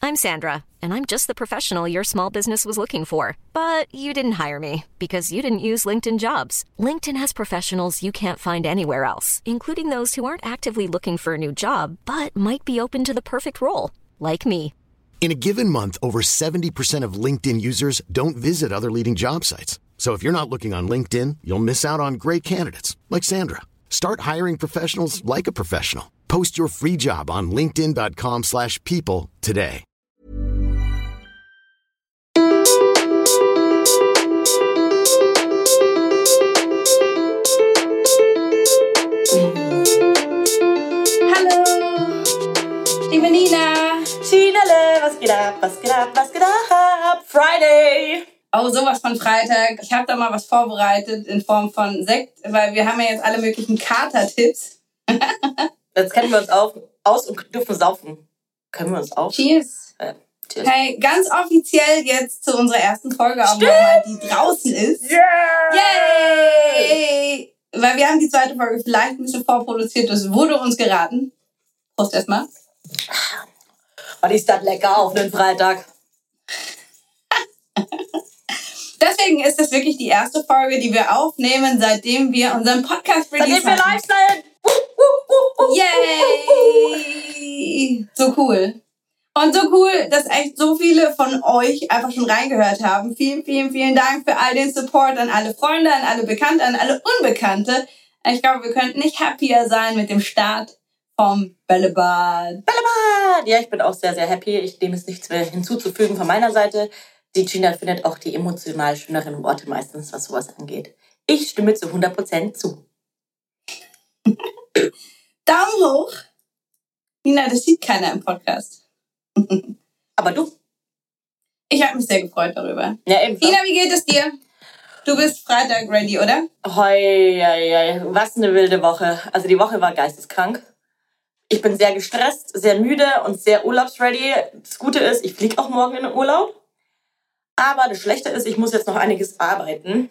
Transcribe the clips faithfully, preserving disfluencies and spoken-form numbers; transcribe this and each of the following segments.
I'm Sandra, and I'm just the professional your small business was looking for. But you didn't hire me because you didn't use LinkedIn Jobs. LinkedIn has professionals you can't find anywhere else, including those who aren't actively looking for a new job, but might be open to the perfect role, like me. In a given month, over seventy percent of LinkedIn users don't visit other leading job sites. So if you're not looking on LinkedIn, you'll miss out on great candidates like Sandra. Start hiring professionals like a professional. Post your free job on linkedin.com slash people today. Hallo, liebe Nina. Chinale, was geht ab, was geht ab, was geht ab? Friday! Oh, sowas von Freitag. Ich habe da mal was vorbereitet in Form von Sekt, weil wir haben ja jetzt alle möglichen Kater-Tipps. Jetzt kennen wir uns auf, aus und dürfen saufen. Können wir uns auf? Cheers. Ja, cheers. Hey, ganz offiziell jetzt zu unserer ersten Folge auch nochmal, die draußen ist. Yeah! Yay! Weil wir haben die zweite Folge vielleicht ein bisschen vorproduziert, das wurde uns geraten. Prost erstmal. Oh, die ist das lecker auf einen Freitag. Deswegen ist das wirklich die erste Folge, die wir aufnehmen, seitdem wir unseren Podcast release Seitdem wir hatten. live sind! Uh, uh, uh, uh, Yay! So cool. Und so cool, dass echt so viele von euch einfach schon reingehört haben. Vielen, vielen, vielen Dank für all den Support an alle Freunde, an alle Bekannte, an alle Unbekannte. Ich glaube, wir könnten nicht happier sein mit dem Start vom Bällebad. Bällebad! Ja, ich bin auch sehr, sehr happy. Ich dem ist nichts mehr hinzuzufügen von meiner Seite. Die Gina findet auch die emotional schöneren Worte meistens, was sowas angeht. Ich stimme zu hundert Prozent zu. Daumen hoch. Nina, das sieht keiner im Podcast. Aber du? Ich habe mich sehr gefreut darüber. Ja, ebenso. Nina, wie geht es dir? Du bist Freitag ready, oder? Hoi, hoi, hoi. Was eine wilde Woche. Also die Woche war geisteskrank. Ich bin sehr gestresst, sehr müde und sehr urlaubsready. Das Gute ist, ich fliege auch morgen in den Urlaub. Aber das Schlechte ist, ich muss jetzt noch einiges arbeiten.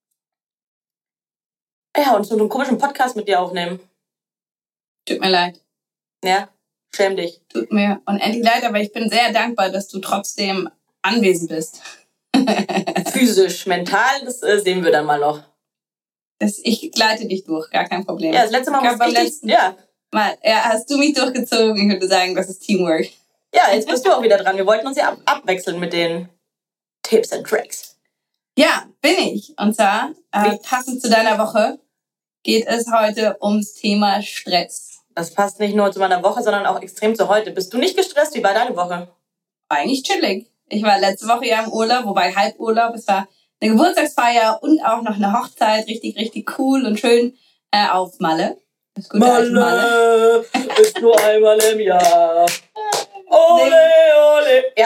Ja, und so einen komischen Podcast mit dir aufnehmen. Tut mir leid. Ja, schäm dich. Tut mir unendlich leid, aber ich bin sehr dankbar, dass du trotzdem anwesend bist. Physisch, mental, das äh, sehen wir dann mal noch. Das, ich gleite dich durch, gar kein Problem. Ja, das letzte Mal ich war beim es letzten ja. Mal, ja, hast du mich durchgezogen. Ich würde sagen, das ist Teamwork. Ja, jetzt bist du auch wieder dran. Wir wollten uns ja ab abwechseln mit den Tipps und Tricks. Ja, bin ich. Und zwar, äh, passend zu deiner Woche, geht es heute ums Thema Stress. Das passt nicht nur zu meiner Woche, sondern auch extrem zu heute. Bist du nicht gestresst? Wie war deine Woche? Eigentlich chillig. Ich war letzte Woche ja im Urlaub, wobei Halburlaub. Es war eine Geburtstagsfeier und auch noch eine Hochzeit. Richtig, richtig cool und schön äh, auf Malle. Das gute alte Malle ist nur einmal im Jahr. Ole, ole. Ja.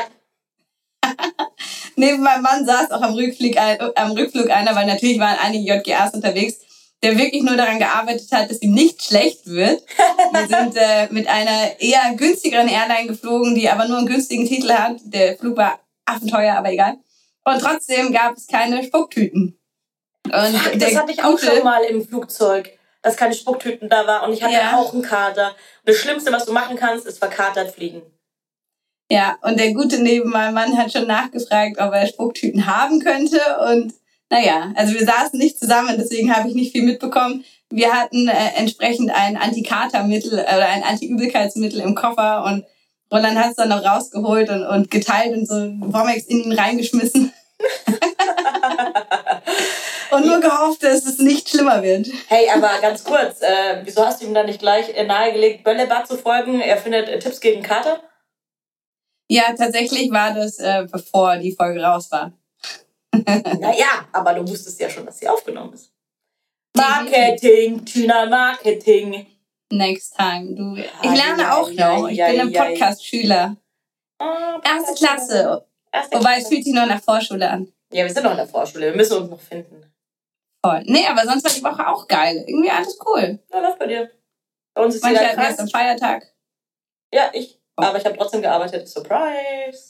Neben meinem Mann saß auch am Rückflug, ein, am Rückflug einer, weil natürlich waren einige J G As unterwegs, der wirklich nur daran gearbeitet hat, dass ihm nicht schlecht wird. Wir sind äh, mit einer eher günstigeren Airline geflogen, die aber nur einen günstigen Titel hat. Der Flug war affenteuer, aber egal. Und trotzdem gab es keine Spucktüten. Und Fuck, der das hatte ich auch gute, schon mal im Flugzeug, dass keine Spucktüten da waren und ich hatte Ja. auch einen Kater. Und das Schlimmste, was du machen kannst, ist verkatert fliegen. Ja, und der Gute neben meinem Mann hat schon nachgefragt, ob er Spucktüten haben könnte. Und naja, also wir saßen nicht zusammen, deswegen habe ich nicht viel mitbekommen. Wir hatten äh, entsprechend ein Antikatermittel oder ein Antiübelkeitsmittel im Koffer und Roland hat es dann noch rausgeholt und, und geteilt und so Womex in ihn reingeschmissen. Und nur gehofft, dass es nicht schlimmer wird. Hey, aber ganz kurz, äh, wieso hast du ihm dann nicht gleich äh, nahegelegt, Bällebad zu folgen? Er findet äh, Tipps gegen Kater? Ja, tatsächlich war das, äh, bevor die Folge raus war. Naja, aber du wusstest ja schon, dass sie aufgenommen ist. Marketing, Tina, Marketing. Next time. Du, ich lerne auch noch. Ich bin ein Podcast-Schüler. Oh, Erste Klasse. Erste Wobei, es Klasse. fühlt sich noch nach Vorschule an. Ja, wir sind noch in der Vorschule. Wir müssen uns noch finden. Voll. Nee, aber sonst war die Woche auch geil. Irgendwie alles cool. Ja, läuft bei dir. Bei uns ist Manche wieder hatten erst am krass. Feiertag. Ja, ich. Aber ich habe trotzdem gearbeitet. Surprise.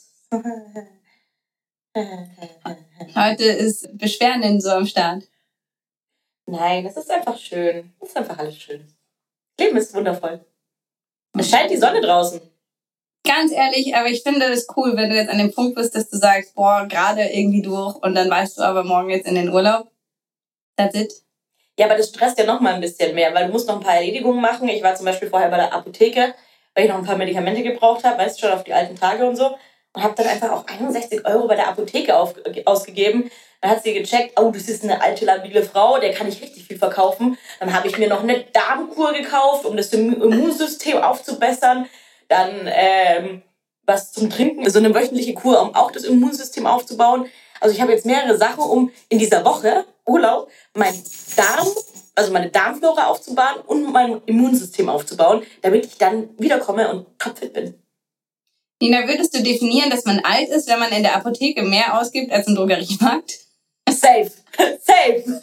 Heute ist Beschwerden so am Start. Nein, es ist einfach schön. Es ist einfach alles schön. Leben ist wundervoll. Es scheint die Sonne draußen. Ganz ehrlich, aber ich finde es cool, wenn du jetzt an dem Punkt bist, dass du sagst, boah, gerade irgendwie durch und dann weißt du aber morgen jetzt in den Urlaub. That's it. Ja, aber das stresst ja noch mal ein bisschen mehr, weil du musst noch ein paar Erledigungen machen. Ich war zum Beispiel vorher bei der Apotheke, weil ich noch ein paar Medikamente gebraucht habe, weißt du, schon auf die alten Tage und so. Und habe dann einfach auch einundsechzig Euro bei der Apotheke auf, ausgegeben. Dann hat sie gecheckt, oh, das ist eine alte, labile Frau, der kann ich richtig viel verkaufen. Dann habe ich mir noch eine Darmkur gekauft, um das Immunsystem aufzubessern. Dann ähm, was zum Trinken, so eine wöchentliche Kur, um auch das Immunsystem aufzubauen. Also ich habe jetzt mehrere Sachen, um in dieser Woche Urlaub mein Darm, also meine Darmflora aufzubauen und mein Immunsystem aufzubauen, damit ich dann wiederkomme und topfit bin. Nina, würdest du definieren, dass man alt ist, wenn man in der Apotheke mehr ausgibt als im Drogeriemarkt? Safe. Safe.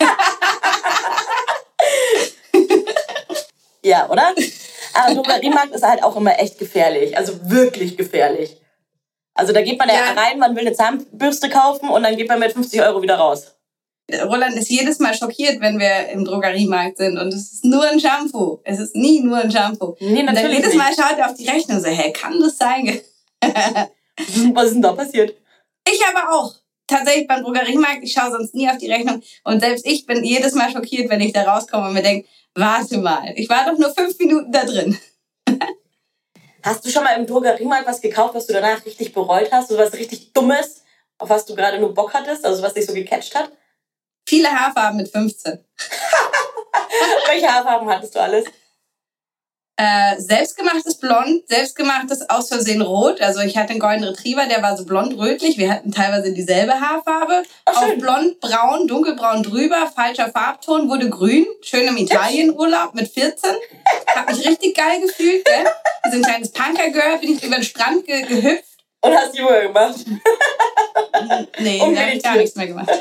Ja, oder? Aber Drogeriemarkt ist halt auch immer echt gefährlich. Also wirklich gefährlich. Also da geht man ja, ja rein, man will eine Zahnbürste kaufen und dann geht man mit fünfzig Euro wieder raus. Roland ist jedes Mal schockiert, wenn wir im Drogeriemarkt sind und es ist nur ein Shampoo. Es ist nie nur ein Shampoo. Nee, natürlich und dann jedes Mal nicht. schaut er auf die Rechnung und so, hä, kann das sein? Was ist denn da passiert? Ich aber auch. Tatsächlich beim Drogeriemarkt, ich schaue sonst nie auf die Rechnung und selbst ich bin jedes Mal schockiert, wenn ich da rauskomme und mir denke, warte mal, ich war doch nur fünf Minuten da drin. Hast du schon mal im Drogeriemarkt was gekauft, was du danach richtig bereut hast? So was richtig Dummes, auf was du gerade nur Bock hattest? Also was dich so gecatcht hat? Viele Haarfarben mit fünfzehn. Welche Haarfarben hattest du alles? Äh, selbstgemachtes Blond, selbstgemachtes aus Versehen Rot. Also ich hatte einen Golden Retriever, der war so blond-rötlich. Wir hatten teilweise dieselbe Haarfarbe. Ach, auf blond, braun, dunkelbraun drüber, falscher Farbton, wurde grün. Schön im Italienurlaub mit vierzehn. Hab mich richtig geil gefühlt, gell? So ein kleines Punker-Girl, bin ich über den Strand ge- gehüpft. Und hast Yoga gemacht? Nee, da habe ich gar nichts mehr gemacht.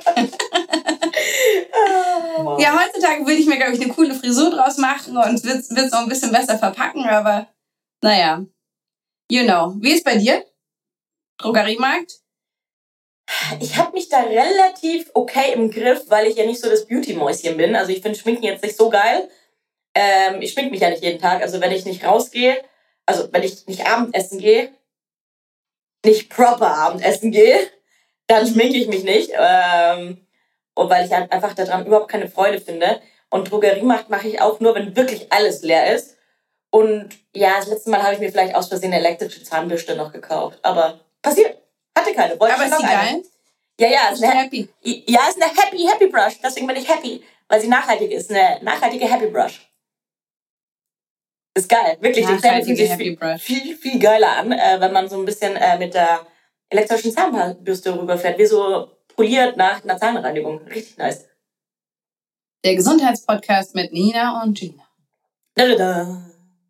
Ja, heutzutage würde ich mir, glaube ich, eine coole Frisur draus machen und würde es noch ein bisschen besser verpacken, aber naja, you know. Wie ist bei dir? Drogeriemarkt? Ich habe mich da relativ okay im Griff, weil ich ja nicht so das Beauty-Mäuschen bin. Also ich finde Schminken jetzt nicht so geil. Ähm, ich schminke mich ja nicht jeden Tag. Also wenn ich nicht rausgehe, also wenn ich nicht Abendessen gehe, nicht proper Abendessen gehe, dann schminke ich mich nicht. Ähm, und weil ich halt einfach daran überhaupt keine Freude finde. Und Drogeriemarkt mache ich auch nur, wenn wirklich alles leer ist. Und ja, das letzte Mal habe ich mir vielleicht aus Versehen eine elektrische Zahnbürste noch gekauft. Aber passiert. Hatte keine. Wollte aber ist sie geil? Ja, ja. Ist eine happy? Ja, ist eine happy, happy Brush. Deswegen bin ich happy. Weil sie nachhaltig ist. Eine nachhaltige Happy Brush. Ist geil. Wirklich. Die Zähne fühlen sich viel, viel, viel geiler an, äh, wenn man so ein bisschen äh, mit der elektrischen Zahnbürste rüberfährt. Wie so poliert nach einer Zahnreinigung. Richtig nice. Der Gesundheitspodcast mit Nina und Gina. Da, da, da.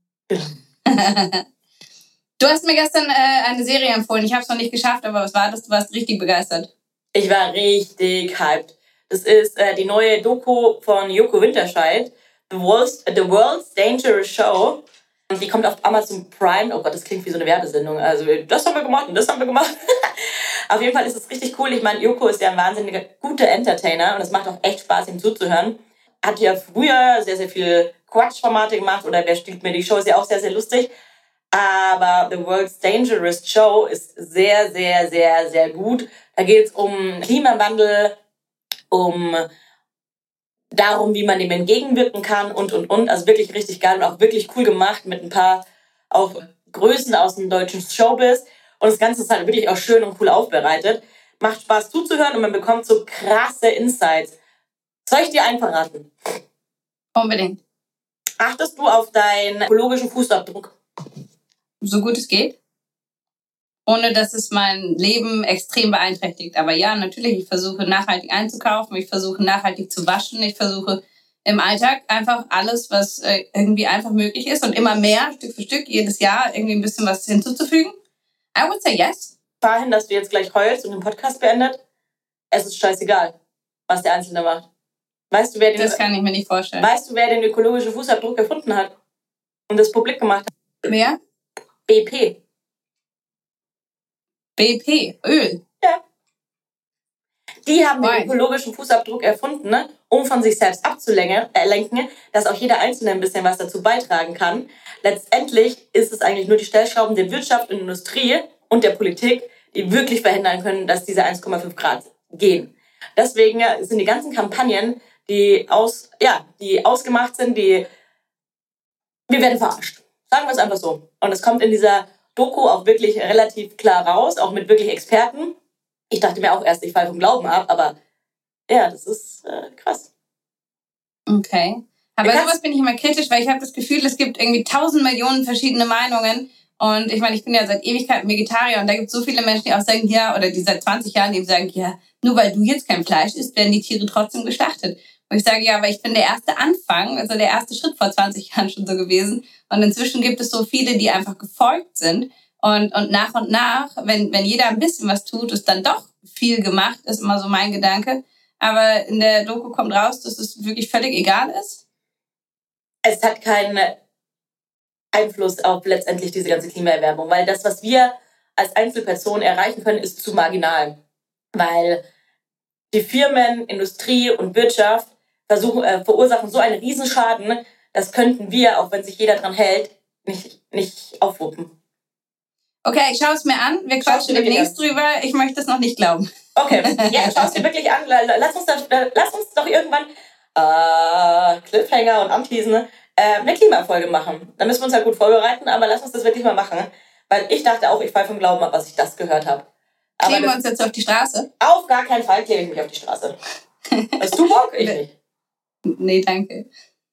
Du hast mir gestern äh, eine Serie empfohlen. Ich habe es noch nicht geschafft, aber was war das? Du warst richtig begeistert. Ich war richtig hyped. Das ist äh, die neue Doku von Joko Winterscheid. The World's, The World's Dangerous Show. Die kommt auf Amazon Prime. Oh Gott, das klingt wie so eine Werbesendung. Also das haben wir gemacht und das haben wir gemacht. Auf jeden Fall ist es richtig cool. Ich meine, Joko ist ja ein wahnsinniger guter Entertainer und es macht auch echt Spaß, ihm zuzuhören. Hat ja früher sehr, sehr viel Quatschformate gemacht oder Wer stiehlt mir die Show, ist ja auch sehr, sehr lustig. Aber The World's Dangerous Show ist sehr, sehr, sehr, sehr gut. Da geht es um Klimawandel, um darum, wie man dem entgegenwirken kann und, und, und. Also wirklich richtig geil und auch wirklich cool gemacht mit ein paar auch Größen aus dem deutschen Showbiz. Und das Ganze ist halt wirklich auch schön und cool aufbereitet. Macht Spaß zuzuhören und man bekommt so krasse Insights. Soll ich dir einen verraten? Unbedingt. Achtest du auf deinen ökologischen Fußabdruck? So gut es geht. Ohne dass es mein Leben extrem beeinträchtigt. Aber ja, natürlich, ich versuche nachhaltig einzukaufen, ich versuche nachhaltig zu waschen, ich versuche im Alltag einfach alles, was äh, irgendwie einfach möglich ist und immer mehr, Stück für Stück, jedes Jahr irgendwie ein bisschen was hinzuzufügen. I would say yes. Dahin, dass du jetzt gleich heulst und den Podcast beendet, es ist scheißegal, was der Einzelne macht. Weißt du, wer den, das kann ich mir nicht vorstellen. Weißt du, wer den ökologischen Fußabdruck erfunden hat und das publik gemacht hat? Wer? B P. B P, Öl. Ja. Die haben den ökologischen Fußabdruck erfunden, ne? Um von sich selbst abzulenken, äh, lenken, dass auch jeder Einzelne ein bisschen was dazu beitragen kann. Letztendlich ist es eigentlich nur die Stellschrauben der Wirtschaft und Industrie und der Politik, die wirklich verhindern können, dass diese eins Komma fünf Grad gehen. Deswegen sind die ganzen Kampagnen, die, aus, ja, die ausgemacht sind, die wir werden verarscht. Sagen wir es einfach so. Und es kommt in dieser Doku auch wirklich relativ klar raus, auch mit wirklich Experten. Ich dachte mir auch erst, ich falle vom Glauben ab, aber ja, das ist äh, krass. Okay. Aber sowas bin ich immer kritisch, weil ich habe das Gefühl, es gibt irgendwie tausend Millionen verschiedene Meinungen. Und ich meine, ich bin ja seit Ewigkeiten Vegetarier und da gibt es so viele Menschen, die auch sagen, ja, oder die seit zwanzig Jahren eben sagen, ja, nur weil du jetzt kein Fleisch isst, werden die Tiere trotzdem geschlachtet. Und ich sage, ja, aber ich bin der erste Anfang, also der erste Schritt vor zwanzig Jahren schon so gewesen. Und inzwischen gibt es so viele, die einfach gefolgt sind. Und, und nach und nach, wenn, wenn jeder ein bisschen was tut, ist dann doch viel gemacht, ist immer so mein Gedanke. Aber in der Doku kommt raus, dass es wirklich völlig egal ist. Es hat keinen Einfluss auf letztendlich diese ganze Klimaerwärmung, weil das, was wir als Einzelpersonen erreichen können, ist zu marginal. Weil die Firmen, Industrie und Wirtschaft versuchen, äh, verursachen so einen Riesenschaden, das könnten wir, auch wenn sich jeder dran hält, nicht, nicht aufrufen. Okay, ich schaue es mir an. Wir quatschen demnächst drüber. Ich möchte es noch nicht glauben. Okay, ja, schau es dir wirklich an. Lass uns, das, lass uns doch irgendwann äh, Cliffhanger und Anteasen äh, eine Klimafolge machen. Da müssen wir uns halt gut vorbereiten, aber lass uns das wirklich mal machen. Weil ich dachte auch, ich falle vom Glauben ab, was ich das gehört habe. Kleben wir uns jetzt auf die Straße? Auf gar keinen Fall klebe ich mich auf die Straße. Hast du Bock? Ich nicht. Nee, danke.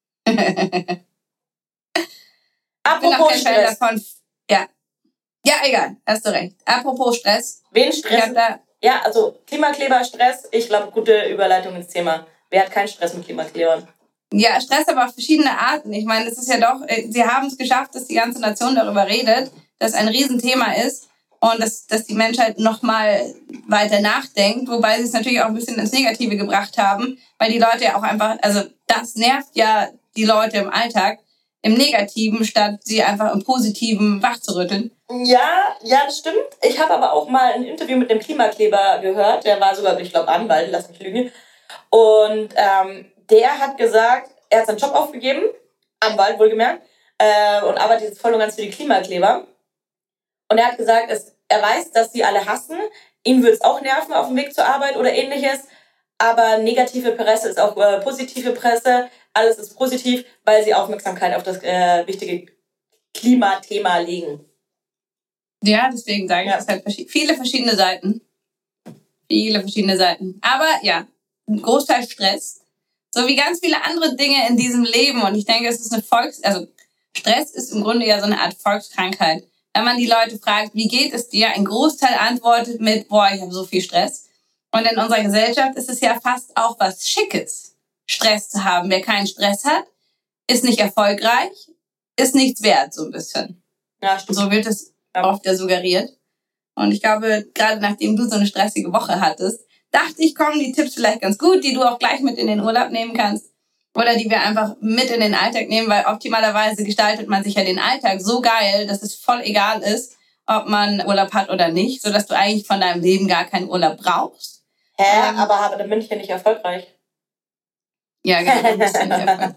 Apropos ich bin auch kein Stress. Fan davon. Ja. Ja, egal, hast du recht. Apropos Stress. Wen Stress? Da ja, also Klimakleber, Stress. Ich glaube, gute Überleitung ins Thema. Wer hat keinen Stress mit Klimaklebern? Ja, Stress aber auf verschiedene Arten. Ich meine, es ist ja doch, sie haben es geschafft, dass die ganze Nation darüber redet, dass ein Riesenthema ist und dass, dass die Menschheit noch mal weiter nachdenkt, wobei sie es natürlich auch ein bisschen ins Negative gebracht haben, weil die Leute ja auch einfach, also das nervt ja die Leute im Alltag, im Negativen, statt sie einfach im Positiven wachzurütteln. Ja, ja, das stimmt. Ich habe aber auch mal ein Interview mit dem Klimakleber gehört. Der war sogar, ich glaube, Anwalt, lass mich lügen. Und ähm, der hat gesagt, er hat seinen Job aufgegeben, Anwalt wohlgemerkt, äh, und arbeitet jetzt voll und ganz für die Klimakleber. Und er hat gesagt, es, er weiß, dass sie alle hassen. Ihn würde es auch nerven auf dem Weg zur Arbeit oder ähnliches. Aber negative Presse ist auch äh, positive Presse. Alles ist positiv, weil sie Aufmerksamkeit auf das äh, wichtige Klimathema legen. Ja, deswegen sage ich, es ja. halt verschied- viele verschiedene Seiten. Viele verschiedene Seiten. Aber ja, ein Großteil Stress. So wie ganz viele andere Dinge in diesem Leben. Und ich denke, es ist eine Volks... Also Stress ist im Grunde ja so eine Art Volkskrankheit. Wenn man die Leute fragt, wie geht es dir? Ein Großteil antwortet mit, boah, ich habe so viel Stress. Und in unserer Gesellschaft ist es ja fast auch was Schickes, Stress zu haben. Wer keinen Stress hat, ist nicht erfolgreich, ist nichts wert, so ein bisschen. Ja, stimmt. So wird es oft ja suggeriert. Und ich glaube, gerade nachdem du so eine stressige Woche hattest, dachte ich, kommen die Tipps vielleicht ganz gut, die du auch gleich mit in den Urlaub nehmen kannst. Oder die wir einfach mit in den Alltag nehmen, weil optimalerweise gestaltet man sich ja den Alltag so geil, dass es voll egal ist, ob man Urlaub hat oder nicht, sodass du eigentlich von deinem Leben gar keinen Urlaub brauchst. Hä, ähm, aber, aber dann bin ich ja nicht erfolgreich. Ja, genau, dann bist du nicht erfolgreich.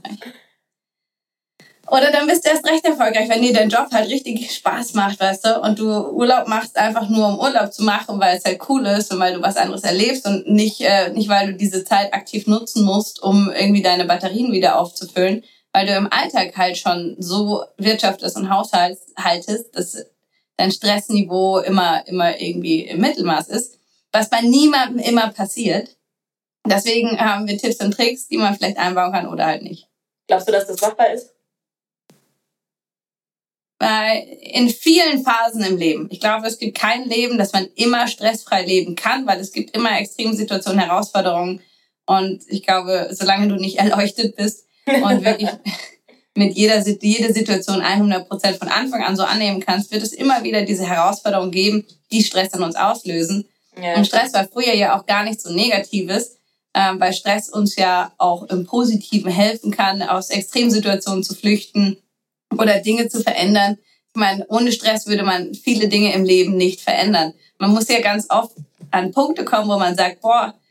Oder dann bist du erst recht erfolgreich, wenn dir dein Job halt richtig Spaß macht, weißt du, und du Urlaub machst einfach nur, um Urlaub zu machen, weil es halt cool ist und weil du was anderes erlebst und nicht, äh, nicht weil du diese Zeit aktiv nutzen musst, um irgendwie deine Batterien wieder aufzufüllen, weil du im Alltag halt schon so wirtschaftest und haushaltest, dass dein Stressniveau immer, immer irgendwie im Mittelmaß ist, was bei niemandem immer passiert. Deswegen haben wir Tipps und Tricks, die man vielleicht einbauen kann oder halt nicht. Glaubst du, dass das machbar ist? In vielen Phasen im Leben. Ich glaube, es gibt kein Leben, das man immer stressfrei leben kann, weil es gibt immer Extremsituationen, Herausforderungen. Und ich glaube, solange du nicht erleuchtet bist und wirklich mit jeder jede Situation hundert Prozent von Anfang an so annehmen kannst, wird es immer wieder diese Herausforderungen geben, die Stress in uns auslösen. Ja. Und Stress war früher ja auch gar nichts so Negatives, äh, weil Stress uns ja auch im Positiven helfen kann, aus Extremsituationen zu flüchten oder Dinge zu verändern. Ich meine, ohne Stress würde man viele Dinge im Leben nicht verändern. Man muss ja ganz oft an Punkte kommen, wo man sagt, boah,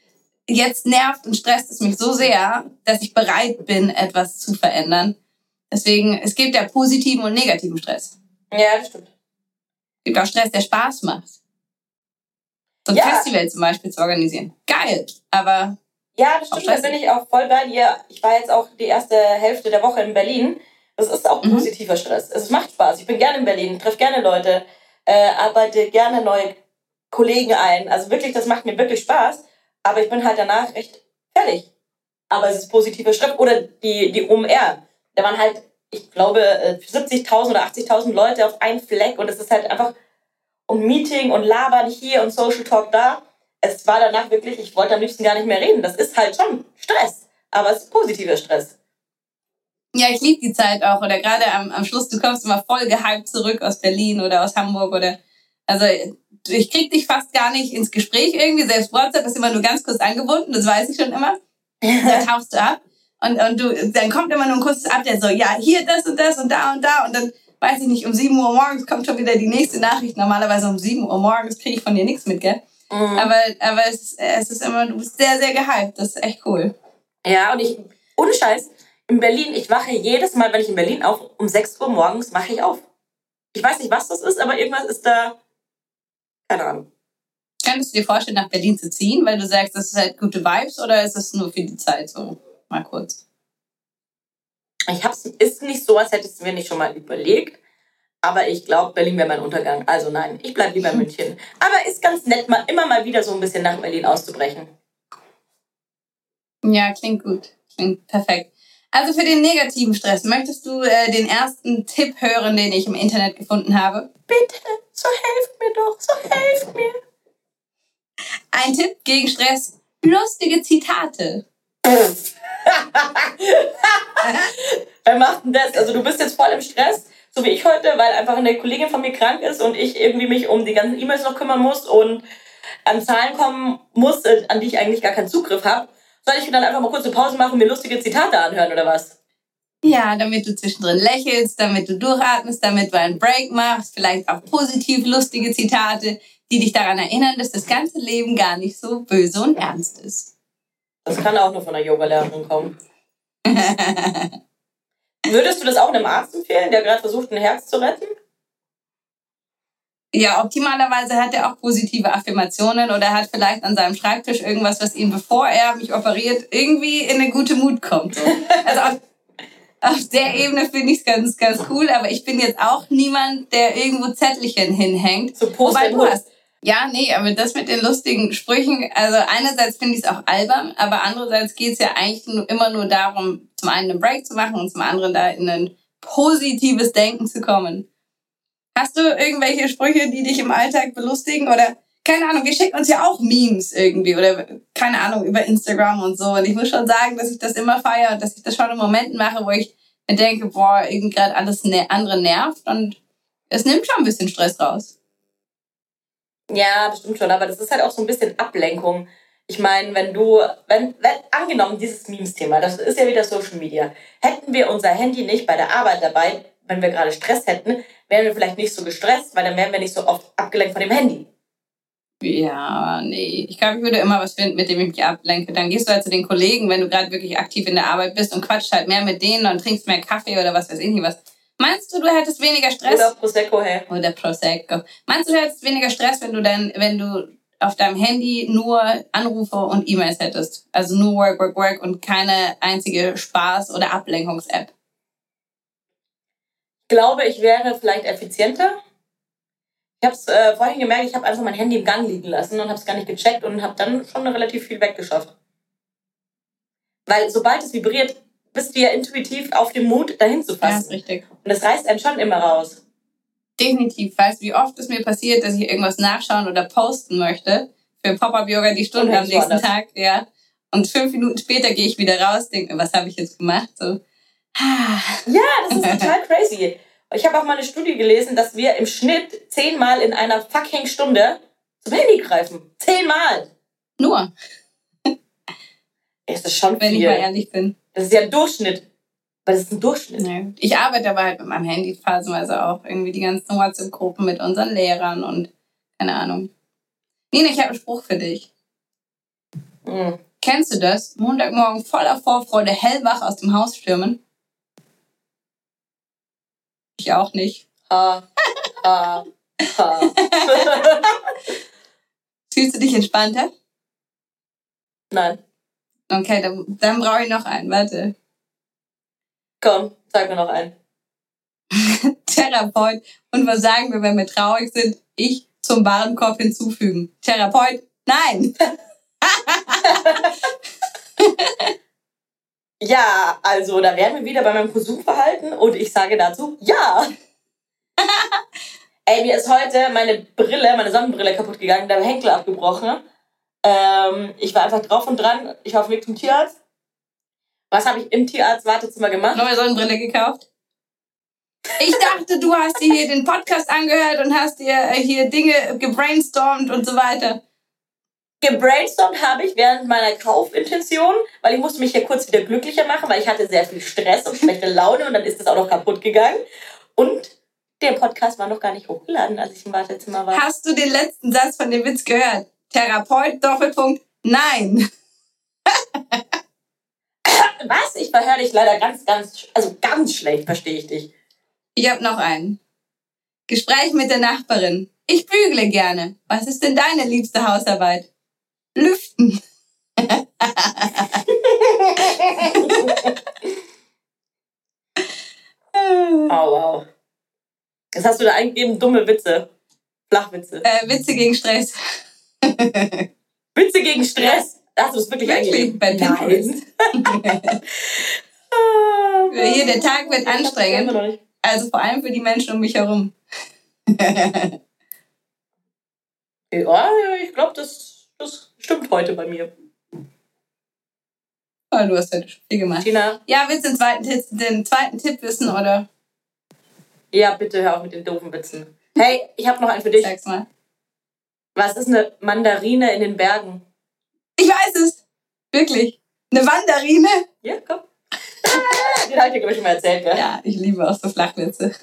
jetzt nervt und stresst es mich so sehr, dass ich bereit bin, etwas zu verändern. Deswegen, es gibt ja positiven und negativen Stress. Ja, das stimmt. Es gibt auch Stress, der Spaß macht. So ein ja. Festival zum Beispiel zu organisieren. Geil, aber... Ja, das stimmt, da bin ich auch voll bei dir. Ich war jetzt auch die erste Hälfte der Woche in Berlin. Das ist auch Mhm. positiver Stress. Es macht Spaß. Ich bin gerne in Berlin, treffe gerne Leute, äh, arbeite gerne neue Kollegen ein. Also wirklich, das macht mir wirklich Spaß. Aber ich bin halt danach echt fertig. Aber es ist positiver Stress. Oder die, die O M R. Da waren halt, ich glaube, siebzigtausend oder achtzigtausend Leute auf einen Fleck. Und es ist halt einfach um Meeting und Labern hier und Social Talk da. Es war danach wirklich, ich wollte am liebsten gar nicht mehr reden. Das ist halt schon Stress, aber es ist positiver Stress. Ja, ich liebe die Zeit auch. Oder gerade am, am Schluss, du kommst immer voll gehypt zurück aus Berlin oder aus Hamburg. Oder also ich krieg dich fast gar nicht ins Gespräch irgendwie. Selbst WhatsApp ist immer nur ganz kurz angebunden, das weiß ich schon immer. Dann tauchst du ab und, und du, dann kommt immer nur ein kurzes Update, so, ja, hier das und das und da und da. Und dann, weiß ich nicht, um sieben Uhr morgens kommt schon wieder die nächste Nachricht. Normalerweise um sieben Uhr morgens kriege ich von dir nichts mit, gell? Mhm. Aber, aber es, ist, es ist immer, du bist sehr, sehr gehypt. Das ist echt cool. Ja, und ich, ohne Scheiß, in Berlin, ich wache jedes Mal, wenn ich in Berlin auf, um sechs Uhr morgens wache ich auf. Ich weiß nicht, was das ist, aber irgendwas ist da, keine Ahnung. Könntest du dir vorstellen, nach Berlin zu ziehen, weil du sagst, das ist halt gute Vibes, oder ist es nur für die Zeit so? Mal kurz. Ich hab's, ist nicht so, als hättest du mir nicht schon mal überlegt. Aber ich glaube, Berlin wäre mein Untergang. Also nein, ich bleibe lieber in München. Aber ist ganz nett, mal immer mal wieder so ein bisschen nach Berlin auszubrechen. Ja, klingt gut. Klingt perfekt. Also für den negativen Stress, möchtest du äh, den ersten Tipp hören, den ich im Internet gefunden habe? Bitte, so helft mir doch, so helft mir. Ein Tipp gegen Stress, lustige Zitate. Wer macht denn das? Also du bist jetzt voll im Stress, so wie ich heute, weil einfach eine Kollegin von mir krank ist und ich irgendwie mich um die ganzen E-Mails noch kümmern muss und an Zahlen kommen muss, an die ich eigentlich gar keinen Zugriff habe. Soll ich dann einfach mal kurz eine Pause machen und mir lustige Zitate anhören, oder was? Ja, damit du zwischendrin lächelst, damit du durchatmest, damit du einen Break machst, vielleicht auch positiv lustige Zitate, die dich daran erinnern, dass das ganze Leben gar nicht so böse und ernst ist. Das kann auch nur von einer Yoga-Lehrerin kommen. Würdest du das auch einem Arzt empfehlen, der gerade versucht, ein Herz zu retten? Ja, optimalerweise hat er auch positive Affirmationen oder hat vielleicht an seinem Schreibtisch irgendwas, was ihn, bevor er mich operiert, irgendwie in eine gute Mut kommt. So. Also auf, auf der Ebene finde ich es ganz, ganz cool, aber ich bin jetzt auch niemand, der irgendwo Zettelchen hinhängt. So Wobei du hast. Ja, nee, aber das mit den lustigen Sprüchen, also einerseits finde ich es auch albern, aber andererseits geht es ja eigentlich nur, immer nur darum, zum einen einen Break zu machen und zum anderen da in ein positives Denken zu kommen. Hast du irgendwelche Sprüche, die dich im Alltag belustigen? Oder, keine Ahnung, wir schicken uns ja auch Memes irgendwie oder, keine Ahnung, über Instagram und so. Und ich muss schon sagen, dass ich das immer feiere und dass ich das schon in Momenten mache, wo ich mir denke, boah, irgendwie gerade alles ne- andere nervt. Und es nimmt schon ein bisschen Stress raus. Ja, das stimmt schon, aber das ist halt auch so ein bisschen Ablenkung. Ich meine, wenn du, wenn, wenn, angenommen dieses Memes-Thema, das ist ja wieder Social Media, hätten wir unser Handy nicht bei der Arbeit dabei, wenn wir gerade Stress hätten, wären wir vielleicht nicht so gestresst, weil dann wären wir nicht so oft abgelenkt von dem Handy. Ja, nee. Ich glaube, ich würde immer was finden, mit dem ich mich ablenke. Dann gehst du halt zu den Kollegen, wenn du gerade wirklich aktiv in der Arbeit bist und quatscht halt mehr mit denen und trinkst mehr Kaffee oder was weiß ich nicht was. Meinst du, du hättest weniger Stress? Oder Prosecco, hey. Oder Prosecco. Meinst du, du hättest weniger Stress, wenn du dann, wenn du auf deinem Handy nur Anrufe und E-Mails hättest? Also nur Work, Work, Work und keine einzige Spaß- oder Ablenkungs-App? Ich glaube, ich wäre vielleicht effizienter. Ich habe es äh, vorhin gemerkt, ich habe einfach mein Handy im Gang liegen lassen und habe es gar nicht gecheckt und habe dann schon relativ viel weggeschafft. Weil sobald es vibriert, bist du ja intuitiv auf dem Mut, dahin zu fassen. Ja, ist richtig. Und das reißt einen schon immer raus. Definitiv. Weißt du, wie oft es mir passiert, dass ich irgendwas nachschauen oder posten möchte für Pop-Up-Yoga die Stunde am nächsten woanders. Tag, ja. Und fünf Minuten später gehe ich wieder raus, denke mir, was habe ich jetzt gemacht? So. Ja, das ist total crazy. Ich habe auch mal eine Studie gelesen, dass wir im Schnitt zehnmal in einer fucking Stunde zum Handy greifen. Zehnmal! Nur, Das ist schon wenn viel. ich mal ehrlich bin. Das ist ja ein Durchschnitt. Weil das ist ein Durchschnitt. Nee. Ich arbeite aber halt mit meinem Handy phasenweise auch. Irgendwie die ganzen WhatsApp-Gruppen mit unseren Lehrern und keine Ahnung. Nina, ich habe einen Spruch für dich. Mhm. Kennst du das? Montagmorgen voller Vorfreude hellwach aus dem Haus stürmen? Ich auch nicht. Ha, ha, ha. Fühlst du dich entspannter? Nein. Okay, dann, dann brauche ich noch einen. Warte. Komm, sag mir noch einen. Therapeut. Und was sagen wir, wenn wir traurig sind? Ich zum Warenkorb hinzufügen. Therapeut? Nein. Ja, also da wären wir wieder bei meinem Konsumverhalten und ich sage dazu ja. Ey, mir ist heute meine Brille, meine Sonnenbrille kaputt gegangen, der Henkel abgebrochen. Ähm, ich war einfach drauf und dran. Ich war auf dem Weg zum Tierarzt. Was habe ich im Tierarzt-Wartezimmer gemacht? Neue Sonnenbrille gekauft. Ich dachte, du hast dir hier den Podcast angehört und hast dir hier Dinge gebrainstormt und so weiter. Gebrainstormt habe ich während meiner Kaufintention, weil ich musste mich hier kurz wieder glücklicher machen, weil ich hatte sehr viel Stress und schlechte Laune und dann ist das auch noch kaputt gegangen. Und der Podcast war noch gar nicht hochgeladen, als ich im Wartezimmer war. Hast du den letzten Satz von dem Witz gehört? Therapeut, Doppelpunkt, nein. Was? Ich verhöre dich leider ganz, ganz, also ganz schlecht, verstehe ich dich. Ich habe noch einen. Gespräch mit der Nachbarin. Ich bügle gerne. Was ist denn deine liebste Hausarbeit? Lüften. Oh, wow. Jetzt hast du da eingegeben, dumme Witze. Flachwitze. Äh, Witze gegen Stress. Witze gegen Stress? Hast du das wirklich, Wirklich? eingegeben? Bei Pinterest. Oh, Hier, der Tag wird anstrengend. Also vor allem für die Menschen um mich herum. Ja, ich glaube, das, das stimmt heute bei mir. Oh, du hast heute schon viel gemacht. Tina? Ja, willst du den zweiten, Tipp, den zweiten Tipp wissen, oder? Ja, bitte hör auf mit den doofen Witzen. Hey, ich habe noch einen für dich. Sag's mal. Was ist eine Mandarine in den Bergen? Ich weiß es. Wirklich. Eine Wanderine? Ja, komm. Den habe ich dir, glaube ich, schon mal erzählt, gell? Ja, ich liebe auch so Flachwitze.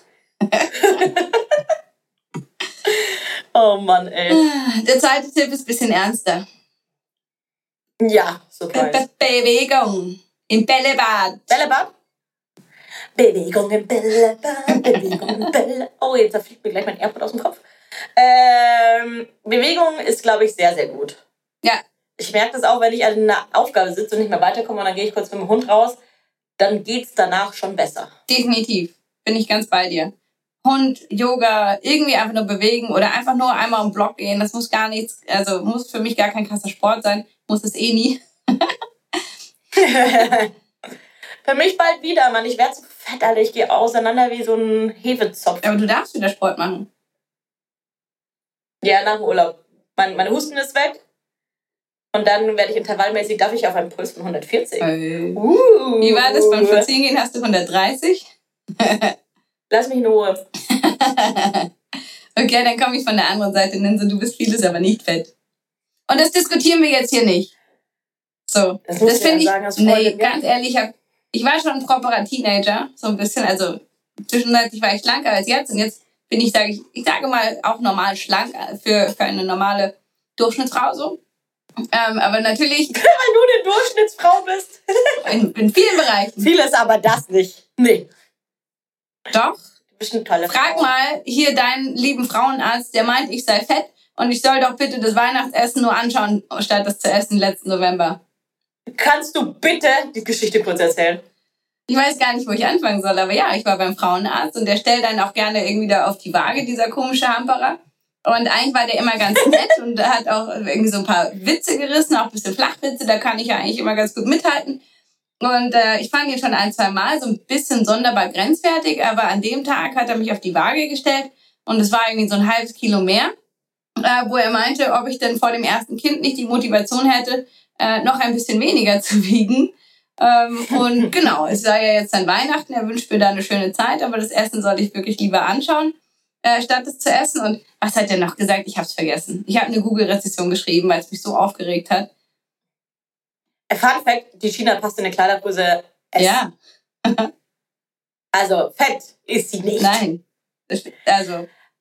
Oh Mann, ey. Der zweite Tipp ist ein bisschen ernster. Ja, so Be- geil. Be- Bewegung im Bällebad. Bällebad? Bewegung im Bällebad, Bewegung im Bällebad. Oh, jetzt fliegt mir gleich mein AirPod aus dem Kopf. Ähm, Bewegung ist, glaube ich, sehr, sehr gut. Ja. Ich merke das auch, wenn ich an einer Aufgabe sitze und nicht mehr weiterkomme und dann gehe ich kurz mit dem Hund raus, dann geht's danach schon besser. Definitiv. Bin ich ganz bei dir. Hund, Yoga, irgendwie einfach nur bewegen oder einfach nur einmal um den Block gehen. Das muss gar nichts, also muss für mich gar kein krasser Sport sein. Muss es eh nie. Für mich bald wieder, Mann. Ich werde so fett, Alter. Ich gehe auseinander wie so ein Hefezopf. Aber du darfst wieder Sport machen. Ja, nach dem Urlaub. Mein, meine Husten ist weg. Und dann werde ich intervallmäßig, darf ich auf einen Puls von hundertvierzig. Äh. Uh. Wie war das beim Spazierengehen? Hast du hundertdreißig? Lass mich in Ruhe. Okay, dann komme ich von der anderen Seite. Nenn so, du bist vieles, aber nicht fett. Und das diskutieren wir jetzt hier nicht. So, Das, das finde ich, sagen, das nee, ganz ehrlich, ich, hab, ich war schon ein properer Teenager, so ein bisschen, also zwischenzeitlich war ich schlanker als jetzt und jetzt bin ich, sage ich, ich sage mal, auch normal schlank für, für eine normale Durchschnittsfrau so. Ähm, aber natürlich... Weil du eine Durchschnittsfrau bist. In, in vielen Bereichen. Vieles, aber das nicht. Nee. Doch. Du bist eine tolle Frag Frau. mal hier deinen lieben Frauenarzt, der meint, ich sei fett und ich soll doch bitte das Weihnachtsessen nur anschauen, statt das zu essen letzten November. Kannst du bitte die Geschichte kurz erzählen? Ich weiß gar nicht, wo ich anfangen soll, aber ja, ich war beim Frauenarzt und der stellt dann auch gerne irgendwie da auf die Waage, dieser komische Hamperer. Und eigentlich war der immer ganz nett und hat auch irgendwie so ein paar Witze gerissen, auch ein bisschen Flachwitze, da kann ich ja eigentlich immer ganz gut mithalten. Und äh, ich fand ihn schon ein, zwei Mal so ein bisschen sonderbar grenzwertig, aber an dem Tag hat er mich auf die Waage gestellt und es war irgendwie so ein halbes Kilo mehr, äh, wo er meinte, ob ich denn vor dem ersten Kind nicht die Motivation hätte, äh, noch ein bisschen weniger zu wiegen. Ähm, und genau, es war ja jetzt dann Weihnachten, er wünscht mir da eine schöne Zeit, aber das Essen soll ich wirklich lieber anschauen, äh, statt es zu essen. Und was hat er noch gesagt? Ich habe es vergessen. Ich habe eine Google-Rezession geschrieben, weil es mich so aufgeregt hat. Fun Fact, die China passt in eine Kleidergröße S. Ja. Also fett ist sie nicht. Nein. Das, also,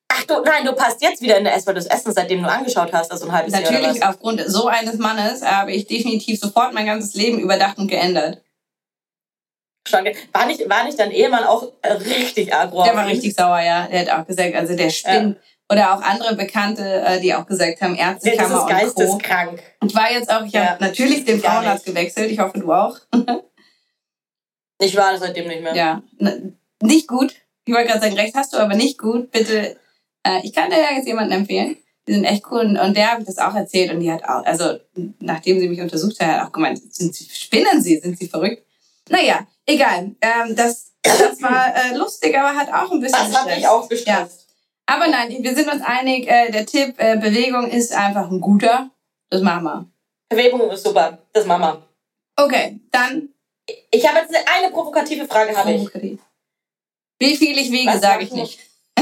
Ach du, nein, du passt jetzt wieder in der S-Bahn das Essen, seitdem du angeschaut hast, also ein halbes Jahr oder Natürlich, was? aufgrund so eines Mannes habe ich definitiv sofort mein ganzes Leben überdacht und geändert. Schon ge- War nicht, war nicht dein Ehemann auch äh, richtig aggro? Der war richtig sauer, ja. Der hat auch gesagt, also der spinnt. Ja. Oder auch andere Bekannte, äh, die auch gesagt haben, Das ist Ärztekammer und Co. geisteskrank. Ich war jetzt auch, ich Ja, habe natürlich den gar Frauenarzt nicht. gewechselt. Ich hoffe, du auch. Ich war seitdem nicht mehr. Ja, N- nicht gut. Ich wollte gerade sagen, recht hast du, aber nicht gut. Bitte, äh, ich kann dir ja jetzt jemanden empfehlen. Die sind echt cool. Und, und der habe ich das auch erzählt. Und die hat auch, also nachdem sie mich untersucht hat, hat auch gemeint, sind sie, spinnen sie, sind sie verrückt? Naja, egal. Ähm, das, das war äh, lustig, aber hat auch ein bisschen Das hat gestresst. mich auch gestresst. Aber nein, wir sind uns einig, äh, der Tipp, äh, Bewegung ist einfach ein guter. Das machen wir. Bewegung ist super, das machen wir. Okay, dann Ich habe jetzt eine, eine provokative Frage, habe ich. Wie viel ich wiege, Was sage ich mach nicht.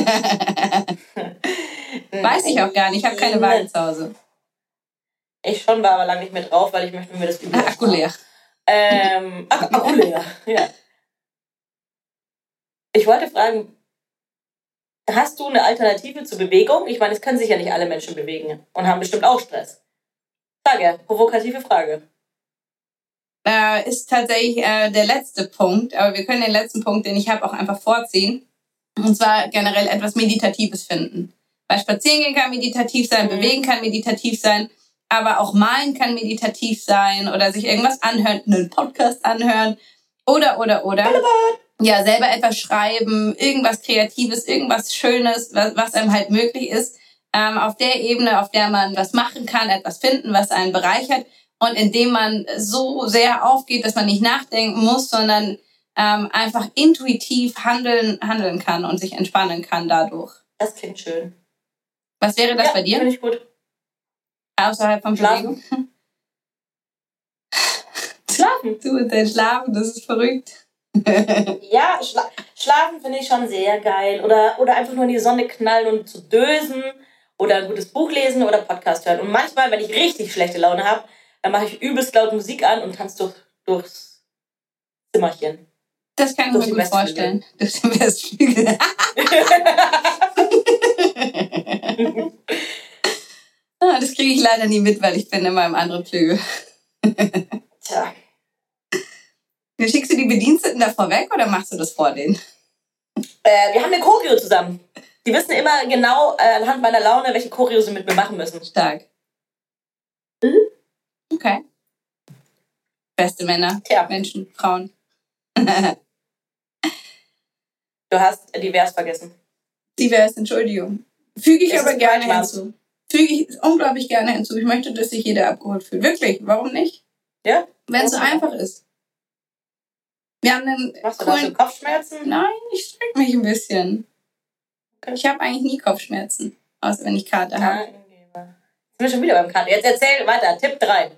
Weiß ich auch gar nicht, ich habe keine Waage zu Hause. Ich schon, war aber lange nicht mehr drauf, weil ich möchte mir das Video Akku leer. Ähm, Ak- Akku leer, ja. Ich wollte fragen, hast du eine Alternative zur Bewegung? Ich meine, es können sich ja nicht alle Menschen bewegen und haben bestimmt auch Stress. Frage, provokative Frage. Äh, ist tatsächlich äh, der letzte Punkt, aber wir können den letzten Punkt, den ich habe, auch einfach vorziehen. Und zwar generell etwas Meditatives finden. Weil Spazierengehen kann meditativ sein, Mhm. Bewegen kann meditativ sein, aber auch Malen kann meditativ sein oder sich irgendwas anhören, einen Podcast anhören oder, oder, oder. Ja, selber etwas schreiben, irgendwas Kreatives, irgendwas Schönes, was, was einem halt möglich ist. Ähm, auf der Ebene, auf der man was machen kann, etwas finden, was einen bereichert. Und indem man so sehr aufgeht, dass man nicht nachdenken muss, sondern ähm, einfach intuitiv handeln, handeln kann und sich entspannen kann dadurch. Das klingt schön. Was wäre das ja, bei dir? Finde ich gut. Außerhalb von Schlafen. Bewegung? Schlafen. Du und dein Schlafen, das ist verrückt. Ja, schla schlafen finde ich schon sehr geil. Oder, oder einfach nur in die Sonne knallen und zu dösen. Oder ein gutes Buch lesen oder Podcast hören. Und manchmal, wenn ich richtig schlechte Laune habe, dann mache ich übelst laut Musik an und tanze durch, durchs Zimmerchen. Das kann ich Durch mir die gut vorstellen. Durch den Westflügel. Ah, das kriege ich leider nie mit, weil ich bin immer im anderen Flügel. Tja. Schickst du die Bediensteten davor weg oder machst du das vor denen? Äh, wir haben eine Choreo zusammen. Die wissen immer genau äh, anhand meiner Laune, welche Choreo sie mit mir machen müssen. Stark. Mhm. Okay. Beste Männer, Tja. Menschen, Frauen. Du hast divers vergessen. Divers, Entschuldigung. Füge ich Es aber ist gerne Quatsch. hinzu. Füge ich unglaublich gerne hinzu. Ich möchte, dass sich jeder abgeholt fühlt. Wirklich, warum nicht? Ja? Wenn es so Okay. einfach ist. Wir haben einen Machst du da so coolen... Kopfschmerzen? Nein, ich strecke mich ein bisschen. Okay. Ich habe eigentlich nie Kopfschmerzen. Außer wenn ich Kater habe. Angeber. Jetzt sind wir schon wieder beim Kater. Jetzt erzähl weiter. Tipp drei.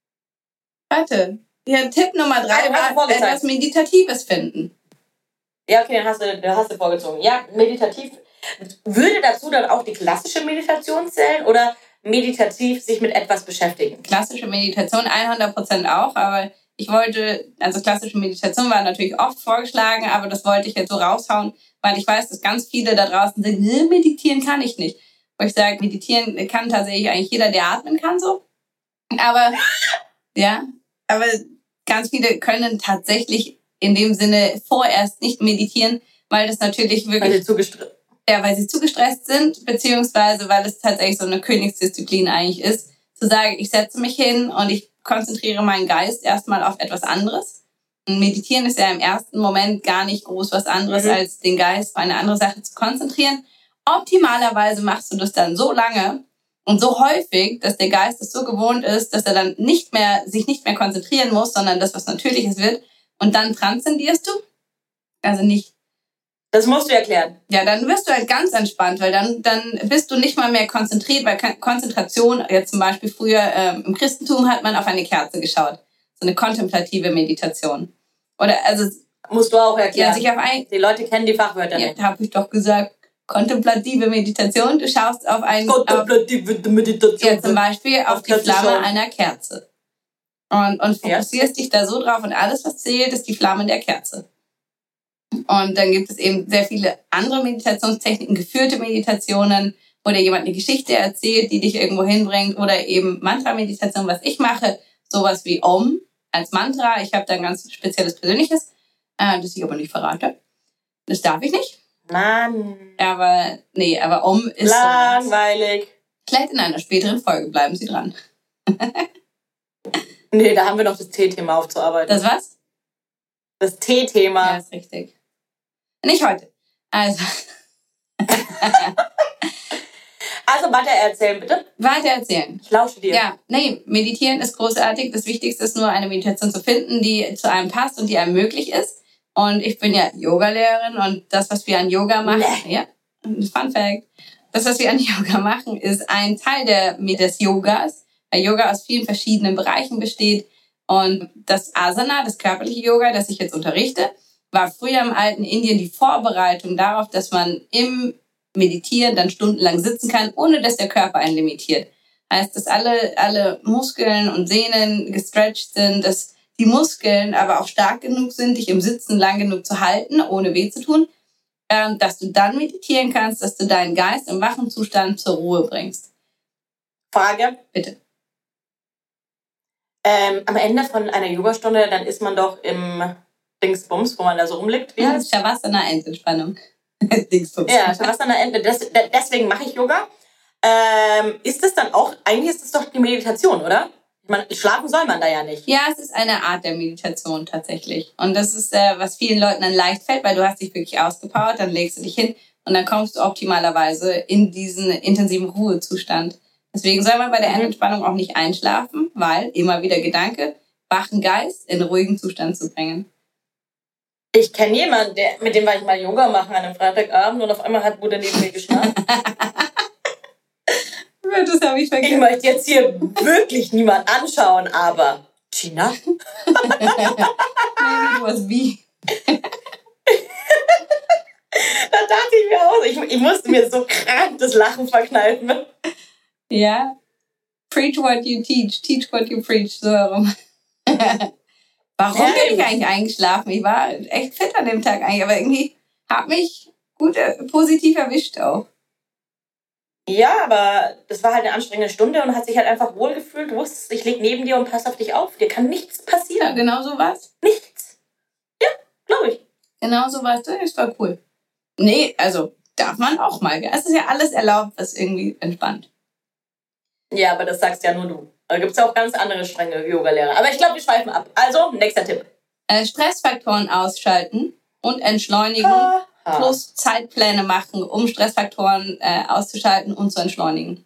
Warte. Ja, Tipp Nummer drei Ah, du hast war vorgezeigt. etwas Meditatives finden. Ja, okay, dann hast du, dann hast du vorgezogen. Ja, meditativ. Würde dazu dann auch die klassische Meditation zählen oder meditativ sich mit etwas beschäftigen? Klassische Meditation hundert Prozent auch, aber ich wollte, also klassische Meditation war natürlich oft vorgeschlagen, aber das wollte ich jetzt so raushauen, weil ich weiß, dass ganz viele da draußen sagen, "Nee, meditieren kann ich nicht." Wo ich sage, meditieren kann tatsächlich eigentlich jeder, der atmen kann so. Aber, ja, aber ganz viele können tatsächlich in dem Sinne vorerst nicht meditieren, weil das natürlich wirklich... Weil sie zugestresst. Ja, weil sie zu gestresst sind, beziehungsweise weil es tatsächlich so eine Königsdisziplin eigentlich ist, zu sagen, ich setze mich hin und ich konzentriere meinen Geist erstmal auf etwas anderes. Und Meditieren ist ja im ersten Moment gar nicht groß was anderes, Mhm. als den Geist auf eine andere Sache zu konzentrieren. Optimalerweise machst du das dann so lange und so häufig, dass der Geist es so gewohnt ist, dass er dann nicht mehr, sich nicht mehr konzentrieren muss, sondern das, was Natürliches wird. Und dann transzendierst du. Also nicht Das musst du erklären. Ja, dann wirst du halt ganz entspannt, weil dann, dann bist du nicht mal mehr konzentriert, weil Kon- Konzentration, jetzt zum Beispiel früher ähm, im Christentum hat man auf eine Kerze geschaut. So eine kontemplative Meditation. Oder, also, Musst du auch ja, erklären. sich auf ein, Die Leute kennen die Fachwörter ja, nicht. habe ich doch gesagt, kontemplative Meditation, du schaust auf ein, auf, Kontemplative Meditation. ja, zum Beispiel auf, Auf die Kerze Flamme schauen. einer Kerze. Und, und Ja. fokussierst dich da so drauf und alles, was zählt, ist die Flamme der Kerze. Und dann gibt es eben sehr viele andere Meditationstechniken, geführte Meditationen, wo dir jemand eine Geschichte erzählt, die dich irgendwo hinbringt, oder eben Mantra-Meditation, was ich mache, sowas wie Om als Mantra. Ich habe da ein ganz spezielles persönliches, äh, das ich aber nicht verrate. Das darf ich nicht. Mann. Aber, nee, aber Om ist langweilig. Sowas. Vielleicht in einer späteren Folge, bleiben Sie dran. Nee, da haben wir noch das T-Thema aufzuarbeiten. Das was? Das T-Thema. Ja, ist richtig. Nicht heute. Also. Also weiter erzählen, bitte. Weiter erzählen. Ich lausche dir. Ja, nee, meditieren ist großartig. Das Wichtigste ist nur, eine Meditation zu finden, die zu einem passt und die einem möglich ist. Und ich bin ja Yogalehrerin und das, was wir an Yoga machen, nee. ja, Fun Fact, das, was wir an Yoga machen, ist ein Teil der, des Yogas, weil Yoga aus vielen verschiedenen Bereichen besteht. Und das Asana, das körperliche Yoga, das ich jetzt unterrichte, war früher im alten Indien die Vorbereitung darauf, dass man im Meditieren dann stundenlang sitzen kann, ohne dass der Körper einen limitiert. Heißt, dass alle, alle Muskeln und Sehnen gestretcht sind, dass die Muskeln aber auch stark genug sind, dich im Sitzen lang genug zu halten, ohne weh zu tun, ähm, dass du dann meditieren kannst, dass du deinen Geist im wachen Zustand zur Ruhe bringst. Frage. Bitte. Ähm, am Ende von einer Yogastunde, dann ist man doch im Dingsbums, wo man da so rumliegt. Wie Ja, heißt? Shavasana, Endentspannung. Dingsbums. Ja, Shavasana, Ende. Des, deswegen mache ich Yoga. Ähm, ist das dann auch, eigentlich ist das doch die Meditation, oder? Ich meine, schlafen soll man da ja nicht. Ja, es ist eine Art der Meditation tatsächlich. Und das ist, äh, was vielen Leuten dann leicht fällt, weil du hast dich wirklich ausgepowert, dann legst du dich hin und dann kommst du optimalerweise in diesen intensiven Ruhezustand. Deswegen soll man bei der Endentspannung auch nicht einschlafen, weil immer wieder Gedanke, wachen Geist in ruhigen Zustand zu bringen. Ich kenne jemanden, der, mit dem war ich mal Yoga machen an einem Freitagabend und auf einmal hat Bruder neben mir geschnarcht. Das habe ich vergessen. Ich möchte jetzt hier wirklich niemand anschauen, aber Gina? Maybe it was me. Da dachte ich mir auch, ich, ich musste mir so krank das Lachen verkneifen. Ja. Preach what you teach, teach what you preach. So herum. Warum Ja, bin ich eigentlich eingeschlafen? Ich war echt fit an dem Tag eigentlich, aber irgendwie hat mich gut äh, positiv erwischt auch. Ja, aber das war halt eine anstrengende Stunde und hat sich halt einfach wohlgefühlt. Du wusstest, ich leg neben dir und pass auf dich auf. Dir kann nichts passieren. Ja, genau so war's. Nichts. Ja, glaube ich. Genau so war's. Das war cool. Nee, also darf man auch mal. Es ist ja alles erlaubt, was irgendwie entspannt. Ja, aber das sagst ja nur du. Da gibt es ja auch ganz andere strenge Yoga-Lehrer. Aber ich glaube, wir schweifen ab. Also, nächster Tipp. Äh, Stressfaktoren ausschalten und entschleunigen. Ha, ha. Plus Zeitpläne machen, um Stressfaktoren äh, auszuschalten und zu entschleunigen.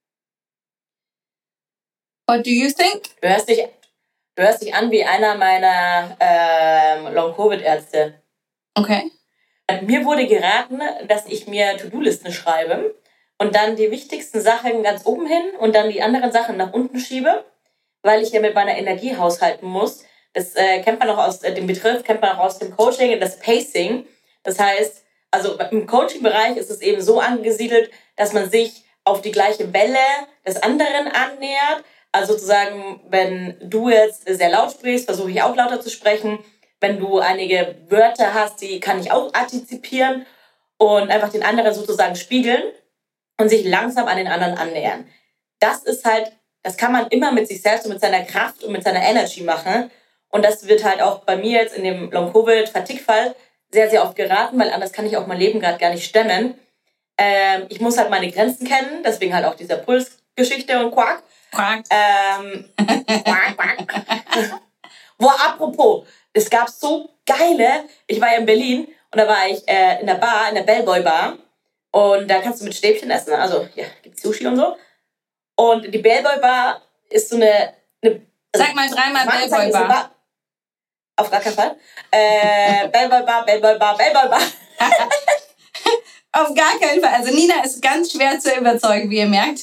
What do you think? Du hörst dich, du hörst dich an wie einer meiner ähm, Long-Covid-Ärzte. Okay. Mir wurde geraten, dass ich mir To-Do-Listen schreibe und dann die wichtigsten Sachen ganz oben hin und dann die anderen Sachen nach unten schiebe, weil ich ja mit meiner Energie haushalten muss. Das äh, kennt man auch aus äh, dem Begriff, kennt man auch aus dem Coaching, das Pacing. Das heißt, also im Coaching-Bereich ist es eben so angesiedelt, dass man sich auf die gleiche Welle des anderen annähert. Also sozusagen, wenn du jetzt sehr laut sprichst, versuche ich auch lauter zu sprechen. Wenn du einige Wörter hast, die kann ich auch antizipieren und einfach den anderen sozusagen spiegeln und sich langsam an den anderen annähern. Das ist halt, das kann man immer mit sich selbst und mit seiner Kraft und mit seiner Energy machen. Und das wird halt auch bei mir jetzt in dem Long-Covid-Fatigue-Fall sehr, sehr oft geraten, weil anders kann ich auch mein Leben gerade gar nicht stemmen. Ähm, ich muss halt meine Grenzen kennen, deswegen halt auch dieser Pulsgeschichte und Quark. Quark. Ähm, Quark, Quark. Wo, apropos, es gab so geile, ich war ja in Berlin und da war ich äh, in der Bar, in der Bellboy Bar und da kannst du mit Stäbchen essen, also ja, gibt's Sushi und so. Und die Bellboy Bar ist so eine... eine Sag mal dreimal Bellboy Bar. Bar. Auf gar keinen Fall. Äh, Bellboy Bar, Bellboy Bar, Bellboy Bar. Auf gar keinen Fall. Also Nina ist ganz schwer zu überzeugen, wie ihr merkt.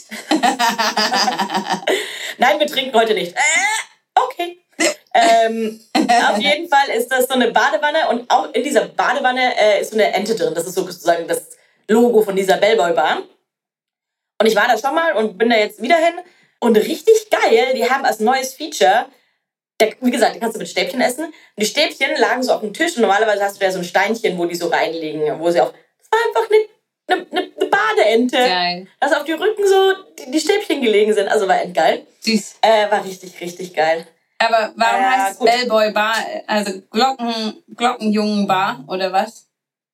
Nein, wir trinken heute nicht. Äh, okay. ähm, auf jeden Fall ist das so eine Badewanne und auch in dieser Badewanne äh, ist so eine Ente drin. Das ist sozusagen das Logo von dieser Bellboy Bar. Und ich war da schon mal und bin da jetzt wieder hin. Und richtig geil, die haben als neues Feature Der, wie gesagt, den kannst du mit Stäbchen essen. Und die Stäbchen lagen so auf dem Tisch und normalerweise hast du ja so ein Steinchen, wo die so reinliegen, wo sie auch, das war einfach eine, eine, eine, eine Badeente. Geil. Dass auf die Rücken so die, die Stäbchen gelegen sind. Also war echt geil. Süß. Äh, war richtig, richtig geil. Aber warum Äh, heißt es gut. Bellboy Bar, also Glocken, Glockenjungen Bar oder was?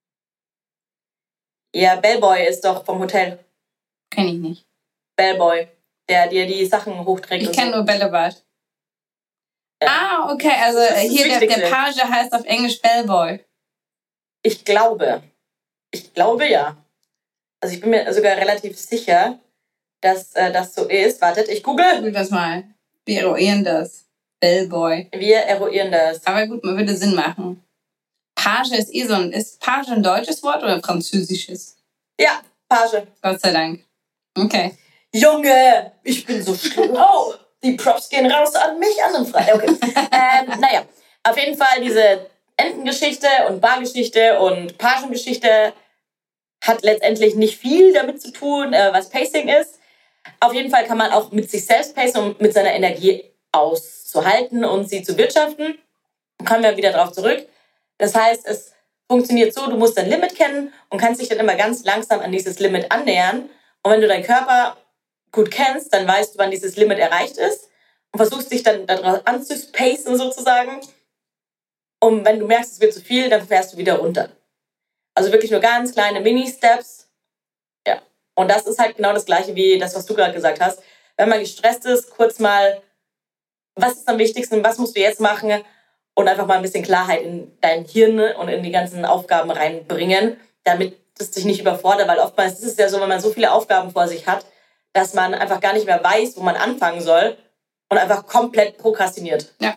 Ja, Bellboy ist doch vom Hotel. Kenn ich nicht. Bellboy, der dir die Sachen hochträgt. Ich und kenne so. nur Bällebad. Ja. Ah, okay, also Das ist das hier der, Wichtigste. der Page heißt auf Englisch Bellboy. Ich glaube. Ich glaube ja. Also ich bin mir sogar relativ sicher, dass äh, das so ist. Wartet, ich google. Google das mal. Wir eruieren das. Bellboy. Wir eruieren das. Aber gut, man würde Sinn machen. Page ist eh so ein... Ist Page ein deutsches Wort oder ein französisches? Ja, Page. Gott sei Dank. Okay. Junge, ich bin so schlau. Die Props gehen raus an mich, an den Freitag. Okay. ähm, naja, auf jeden Fall diese Entengeschichte und Bargeschichte und Pagengeschichte hat letztendlich nicht viel damit zu tun, äh, was Pacing ist. Auf jeden Fall kann man auch mit sich selbst pacen, um mit seiner Energie auszuhalten und sie zu wirtschaften. Kommen wir wieder drauf zurück. Das heißt, es funktioniert so, du musst dein Limit kennen und kannst dich dann immer ganz langsam an dieses Limit annähern. Und wenn du deinen Körper gut kennst, dann weißt du, wann dieses Limit erreicht ist und versuchst dich dann darauf anzuspacen sozusagen. Und wenn du merkst, es wird zu viel, dann fährst du wieder runter. Also wirklich nur ganz kleine Mini-Steps. Ja. Und das ist halt genau das Gleiche wie das, was du gerade gesagt hast. Wenn man gestresst ist, kurz mal, was ist am wichtigsten, was musst du jetzt machen? Und einfach mal ein bisschen Klarheit in dein Hirn und in die ganzen Aufgaben reinbringen, damit das dich nicht überfordert. Weil oftmals ist es ja so, wenn man so viele Aufgaben vor sich hat, dass man einfach gar nicht mehr weiß, wo man anfangen soll und einfach komplett prokrastiniert. Ja.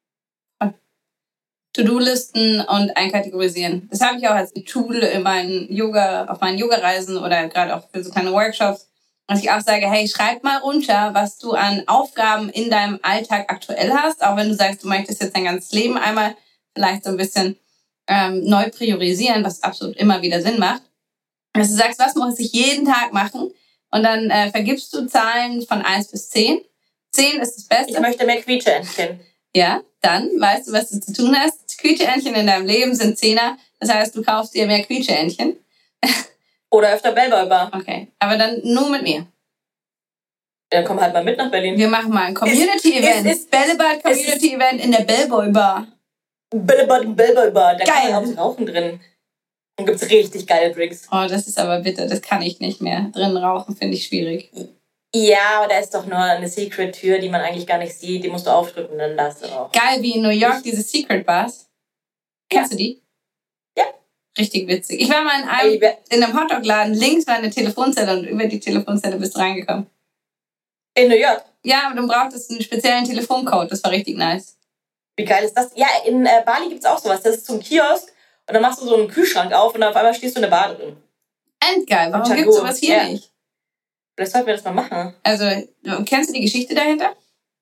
To-Do-Listen und einkategorisieren. Das habe ich auch als Tool in meinen Yoga, auf meinen Yoga-Reisen oder gerade auch für so kleine Workshops, dass ich auch sage, hey, schreib mal runter, was du an Aufgaben in deinem Alltag aktuell hast, auch wenn du sagst, du möchtest jetzt dein ganzes Leben einmal vielleicht so ein bisschen ähm, neu priorisieren, was absolut immer wieder Sinn macht. Dass du sagst, was muss ich jeden Tag machen? Und dann äh, vergibst du Zahlen von eins bis zehn. zehn ist das Beste. Ich möchte mehr Quietscheentchen. Ja, dann weißt du, was du zu tun hast. Quietscheentchen in deinem Leben sind Zehner. Das heißt, du kaufst dir mehr Quietscheentchen. Oder öfter Bellboy Bar. Okay, aber dann nur mit mir. Dann komm halt mal mit nach Berlin. Wir machen mal ein Community-Event. Ist- ist- Bällebad Community-Event in der Bellboy Bar. Bellboy Bellboy Bar. Da Geil. kann man auch rauchen drin. Und gibt's richtig geile Drinks. Oh, das ist aber bitter. Das kann ich nicht mehr. Drin rauchen finde ich schwierig. Ja, aber da ist doch nur eine Secret-Tür, die man eigentlich gar nicht sieht. Die musst du aufdrücken und dann darfst du rauchen. Geil, wie in New York, diese Secret Bars. Kennst du die? Ja. Richtig witzig. Ich war mal in Ey, einem, wer- in einem Hotdog-Laden. Links war eine Telefonzelle und über die Telefonzelle bist du reingekommen. In New York. Ja, aber du brauchtest einen speziellen Telefoncode. Das war richtig nice. Wie geil ist das? Ja, in äh, Bali gibt's auch sowas. Das ist so ein Kiosk und dann machst du so einen Kühlschrank auf und dann auf einmal stehst du in der Bade drin. Endgeil. Warum Django. gibt's sowas hier Ja. nicht? Vielleicht sollten wir das mal machen. Also, kennst du die Geschichte dahinter?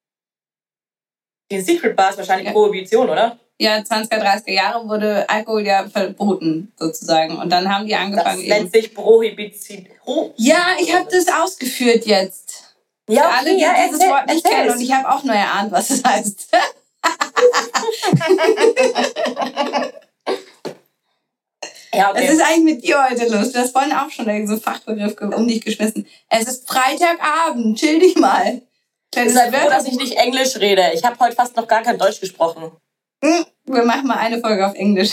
Die Secret Bar ist wahrscheinlich Ja. Prohibition, oder? Ja, zwanziger, dreißiger Jahre wurde Alkohol ja verboten, sozusagen. Und dann haben die Das angefangen nennt eben... sich Prohibition. Pro Ja, ich habe das ausgeführt jetzt. ja, Für alle, die ja, dieses erzähl- Wort nicht erzähl's. kennen. Und ich habe auch nur erahnt, was es heißt. Ja, okay. Es ist eigentlich mit dir heute los. Du hast vorhin auch schon irgend so einen Fachbegriff ge- um dich geschmissen. Es ist Freitagabend. Chill dich mal. Kleines Sei froh, dass ich Wörterbuch. nicht Englisch rede. Ich habe heute fast noch gar kein Deutsch gesprochen. Hm, Wir machen mal eine Folge auf Englisch.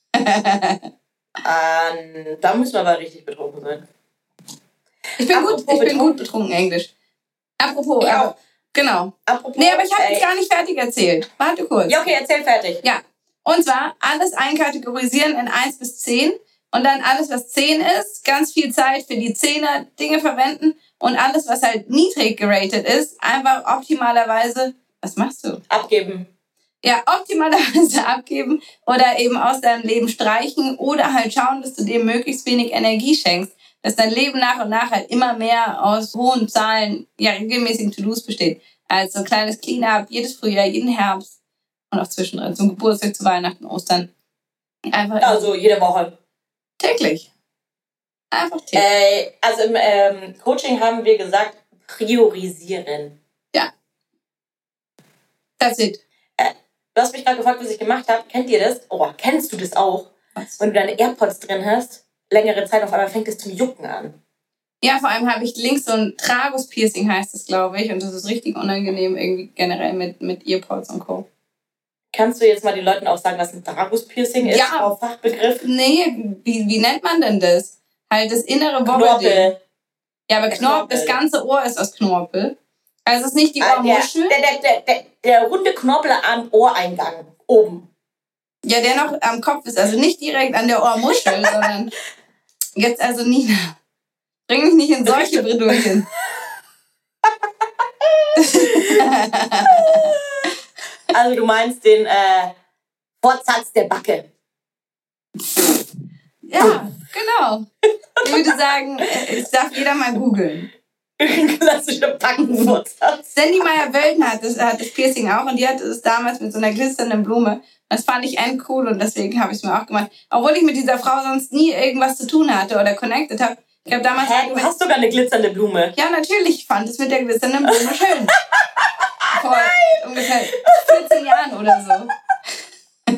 Ähm, da müssen wir aber richtig betrunken sein. Ich bin Apropos gut, ich bin betrunken. gut betrunken Englisch. Apropos, Ich aber, auch. genau. Apropos, Nee, aber ich habe ey. jetzt gar nicht fertig erzählt. Warte kurz. Ja, okay, erzähl fertig. Ja. Und zwar alles einkategorisieren in eins bis zehn und dann alles, was zehn ist, ganz viel Zeit für die Zehner Dinge verwenden und alles, was halt niedrig geratet ist, einfach optimalerweise, was machst du? Abgeben. Ja, optimalerweise abgeben oder eben aus deinem Leben streichen oder halt schauen, dass du dem möglichst wenig Energie schenkst, dass dein Leben nach und nach halt immer mehr aus hohen Zahlen, ja, regelmäßigen To-Dos besteht. Also ein kleines Clean-up jedes Frühjahr, jeden Herbst und auch zwischendrin, zum Geburtstag, zu Weihnachten, Ostern. Einfach Also jede Woche. täglich. Einfach täglich. Äh, also im ähm, Coaching haben wir gesagt, priorisieren. That's it. Äh, Du hast mich gerade gefragt, was ich gemacht habe. Kennt ihr das? Oh, kennst du das auch? Was? Wenn du deine AirPods drin hast, längere Zeit, auf einmal fängt es zum Jucken an. Ja, vor allem habe ich links so ein Tragus-Piercing, heißt es, glaube ich. Und das ist richtig unangenehm irgendwie generell mit, mit Earpods und Co. Kannst du jetzt mal den Leuten auch sagen, was ein Tragus-Piercing ist? Ja. Auf Fachbegriff? Nee, wie, wie nennt man denn das? Halt das innere Knorpel. Ja, aber Knorpel, das ganze Ohr ist aus Knorpel. Also es ist nicht die Ohrmuschel. Der, der, der, der, der runde Knorpel am Ohreingang, oben. Ja, der noch am Kopf ist, also nicht direkt an der Ohrmuschel, sondern jetzt also Nina, bring mich nicht in solche Bredouillen. Also du meinst den äh, Fortsatz der Backe. Ja, genau. Ich würde sagen, es darf jeder mal googeln. Klassischer Backenfortsatz. Sandy Meyer-Wölden hat das, hat das Piercing auch und die hatte es damals mit so einer glitzernden Blume. Das fand ich endcool und deswegen habe ich es mir auch gemacht. Obwohl ich mit dieser Frau sonst nie irgendwas zu tun hatte oder connected habe. Ich habe damals... Hä, du hast sogar eine glitzernde Blume. Ja, natürlich. Ich fand es mit der glitzernden Blume schön. Vor Nein. ungefähr vierzehn Jahren oder so.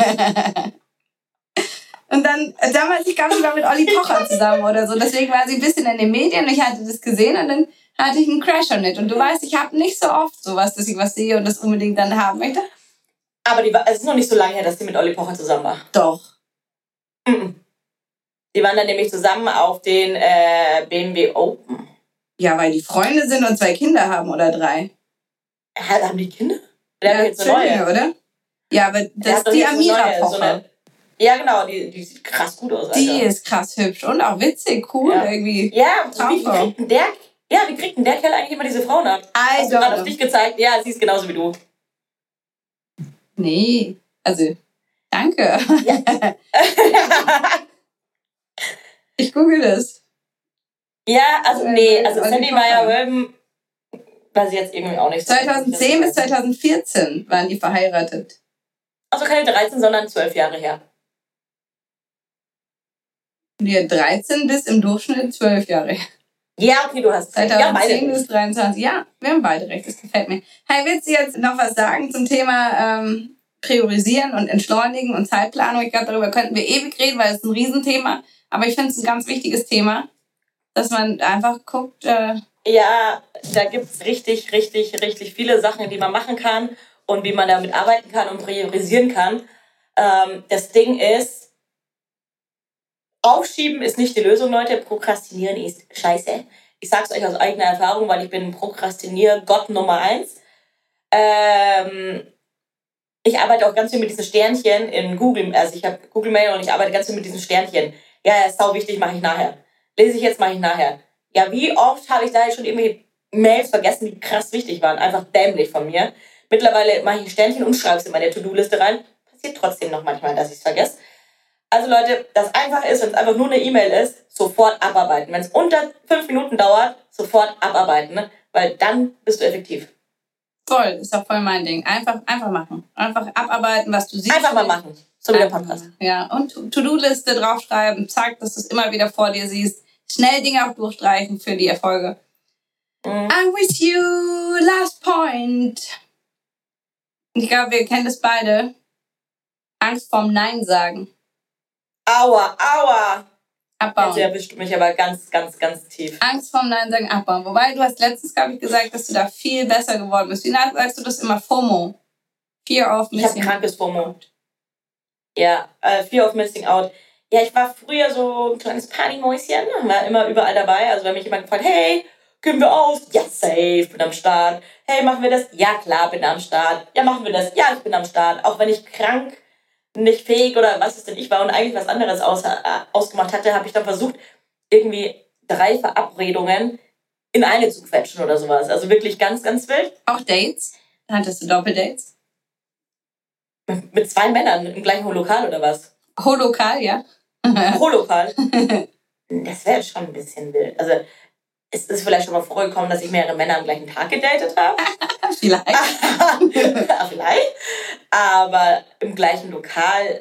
Und dann, damals, ich glaube, ich war mit Olli Pocher zusammen oder so. Deswegen war sie ein bisschen in den Medien und ich hatte das gesehen und dann hatte ich einen Crash on it. Und du weißt, ich habe nicht so oft sowas, dass ich was sehe und das unbedingt dann haben möchte. Aber die, es ist noch nicht so lange her, dass die mit Olli Pocher zusammen war. Doch. Mhm. Die waren dann nämlich zusammen auf den äh, B M W Open. Ja, weil die Freunde sind und zwei Kinder haben oder drei. Ja, haben die Kinder? Der ja, hat jetzt eine neue, oder? Ja, aber das ist die Amira neue, Pocher. So eine, ja, genau, die, die sieht krass gut aus. Alter. Die ist krass hübsch und auch witzig, cool ja. irgendwie. Ja, wie, wie kriegt denn der, ja, wie kriegt denn der Kerl eigentlich immer diese Frauen ab? I Hast du gerade auf dich gezeigt? Ja, sie ist genauso wie du. Nee, also, danke. Ja. Ich google das. Ja, also nee, also Sandy Meyer-Wölden weiß ich jetzt irgendwie auch nicht. zweitausendzehn bis zweitausendvierzehn waren die verheiratet. Also keine dreizehn, sondern zwölf Jahre her. Ja, dreizehn bis im Durchschnitt zwölf Jahre her. Ja, okay, du hast zweitausendzehn bis dreiundzwanzig. Ja, wir haben beide recht, das gefällt mir. Hey, willst du jetzt noch was sagen zum Thema ähm, Priorisieren und Entschleunigen und Zeitplanung? Ich glaube, darüber könnten wir ewig reden, weil es ein Riesenthema. Aber ich finde es ein ganz wichtiges Thema, dass man einfach guckt. Äh ja, da gibt es richtig, richtig, richtig viele Sachen, die man machen kann und wie man damit arbeiten kann und priorisieren kann. Ähm, das Ding ist, Aufschieben ist nicht die Lösung, Leute. Prokrastinieren ist scheiße. Ich sag's euch aus eigener Erfahrung, weil ich bin Prokrastinier-Gott Nummer eins. Ähm, ich arbeite auch ganz viel mit diesen Sternchen in Google. Also ich habe Google Mail und ich arbeite ganz viel mit diesen Sternchen. Ja, ist sau wichtig, mache ich nachher. Lese ich jetzt, mache ich nachher. Ja, wie oft habe ich da jetzt schon irgendwie Mails vergessen, die krass wichtig waren. Einfach dämlich von mir. Mittlerweile mache ich ein Sternchen und schreibe es in meine To-Do-Liste rein. Passiert trotzdem noch manchmal, dass ich es vergesse. Also Leute, das einfach ist, wenn es einfach nur eine E-Mail ist, sofort abarbeiten. Wenn es unter fünf Minuten dauert, sofort abarbeiten, ne? Weil dann bist du effektiv. Voll, ist auch voll mein Ding. Einfach, einfach machen. Einfach abarbeiten, was du siehst. Einfach mal machen, so wie der Podcast. Ja, und To-Do-Liste draufschreiben, zack, dass du es immer wieder vor dir siehst. Schnell Dinge auch durchstreichen für die Erfolge. Mhm. I'm with you, last point. Ich glaube, wir kennen das beide. Angst vorm Nein sagen. Aua, aua. Abbauen. Jetzt erwischt du mich aber ganz, ganz, ganz tief. Angst vorm Nein sagen, abbauen. Wobei, du hast letztens, glaube ich, gesagt, dass du da viel besser geworden bist. Wie sagst du das immer? FOMO. Fear of Missing Out. Ich habe krankes FOMO. Ja, äh, Fear of Missing Out. Ja, ich war früher so ein kleines Partymäuschen, war immer überall dabei. Also wenn mich jemand gefragt, hey, gehen wir aus? Ja, safe, bin am Start. Hey, machen wir das? Ja, klar, bin am Start. Ja, machen wir das? Ja, ich bin am Start. Auch wenn ich krank, nicht fähig oder was es denn ich war und eigentlich was anderes aus, äh, ausgemacht hatte, habe ich dann versucht, irgendwie drei Verabredungen in eine zu quetschen oder sowas. Also wirklich ganz, ganz wild. Auch Dates? Hattest du Doppeldates? Mit, mit zwei Männern im gleichen Lokal oder was? Holokal, ja. Holokal? Das wäre schon ein bisschen wild. Also es ist vielleicht schon mal vorgekommen, dass ich mehrere Männer am gleichen Tag gedatet habe. Vielleicht. Ja, vielleicht. Aber im gleichen Lokal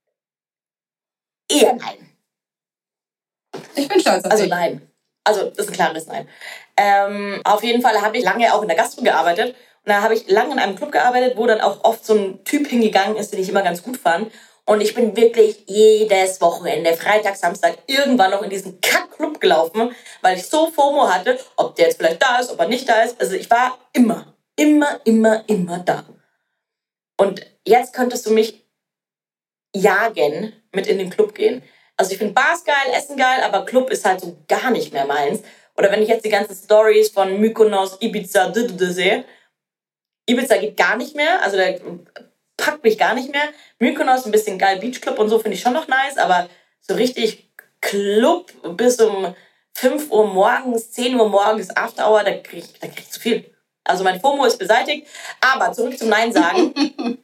eher nein. Ich bin stolz auf Also dich. nein. Also das ist ein klares Nein. Ähm, auf jeden Fall habe ich lange auch in der Gastro gearbeitet da habe ich lange in einem Club gearbeitet, wo dann auch oft so ein Typ hingegangen ist, den ich immer ganz gut fand. Und ich bin wirklich jedes Wochenende, Freitag, Samstag, irgendwann noch in diesen Kack-Club gelaufen, weil ich so FOMO hatte, ob der jetzt vielleicht da ist, ob er nicht da ist. Also ich war immer, immer, immer, immer da. Und jetzt könntest du mich jagen, mit in den Club gehen. Also ich finde Bars geil, Essen geil, aber Club ist halt so gar nicht mehr meins. Oder wenn ich jetzt die ganzen Stories von Mykonos, Ibiza, sehe, Ibiza geht gar nicht mehr, also der packt mich gar nicht mehr. Mykonos, ein bisschen geil, Beachclub und so finde ich schon noch nice, aber so richtig Club bis um fünf Uhr morgens, zehn Uhr morgens, After Hour, da kriege ich, da krieg ich zu viel. Also mein FOMO ist beseitigt, aber zurück zum Nein sagen.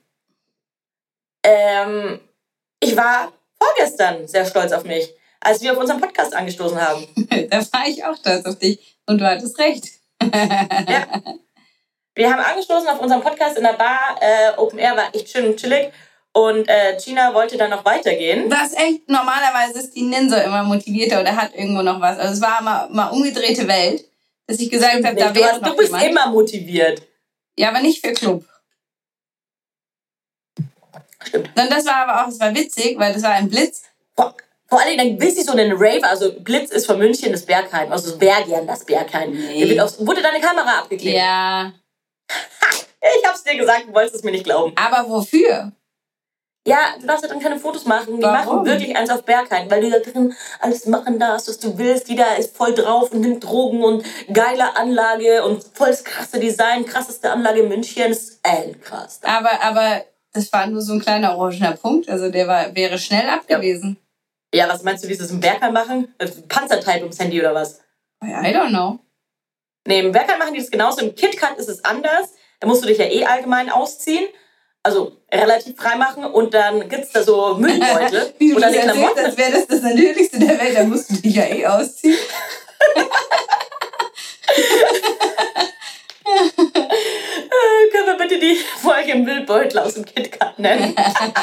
ähm, ich war vorgestern sehr stolz auf mich, als wir auf unseren Podcast angestoßen haben. Da war ich auch stolz auf dich und du hattest recht. Ja. Wir haben angestoßen auf unseren Podcast in der Bar. Äh, Open Air war echt schön und chillig. Und äh, Gina wollte dann noch weitergehen. Das ist echt, normalerweise ist die Ninja immer motivierter oder hat irgendwo noch was. Also es war mal, mal umgedrehte Welt, dass ich gesagt habe, da wäre noch Du bist jemand. immer motiviert. Ja, aber nicht für Club. Stimmt. Und das war aber auch, es war witzig, weil das war ein Blitz. Vor, vor allem, dann willst du so einen Rave, also Blitz ist von München das Berghain, also Bergern das Berghain. Nee. Wird aus, wurde deine Kamera abgeklebt? Ja. Ich hab's dir gesagt, du wolltest es mir nicht glauben. Aber wofür? Ja, du darfst ja dann keine Fotos machen. Die Warum? machen wirklich eins auf Berghain, weil du da drin alles machen darfst, was du willst. Jeder ist voll drauf und nimmt Drogen und geile Anlage und voll das krasse Design, krasseste Anlage in München. Das ist äh, krass. Aber, aber das war nur so ein kleiner orangener Punkt, also der war, wäre schnell ab gewesen. Ja, was meinst du, wie sie das im Berghain machen? Panzertape ums Handy oder was? I don't know. Nee, im Berghain machen die das genauso. Im KitKat ist es anders. Da musst du dich ja eh allgemein ausziehen. Also relativ frei machen. Und dann gibt es da so Müllbeutel. Wie du und das dann die erzählst, Klamotten. als wäre das das Natürlichste der Welt, da musst du dich ja eh ausziehen. Äh, können wir bitte die Folge Müllbeutel aus dem KitKat nennen?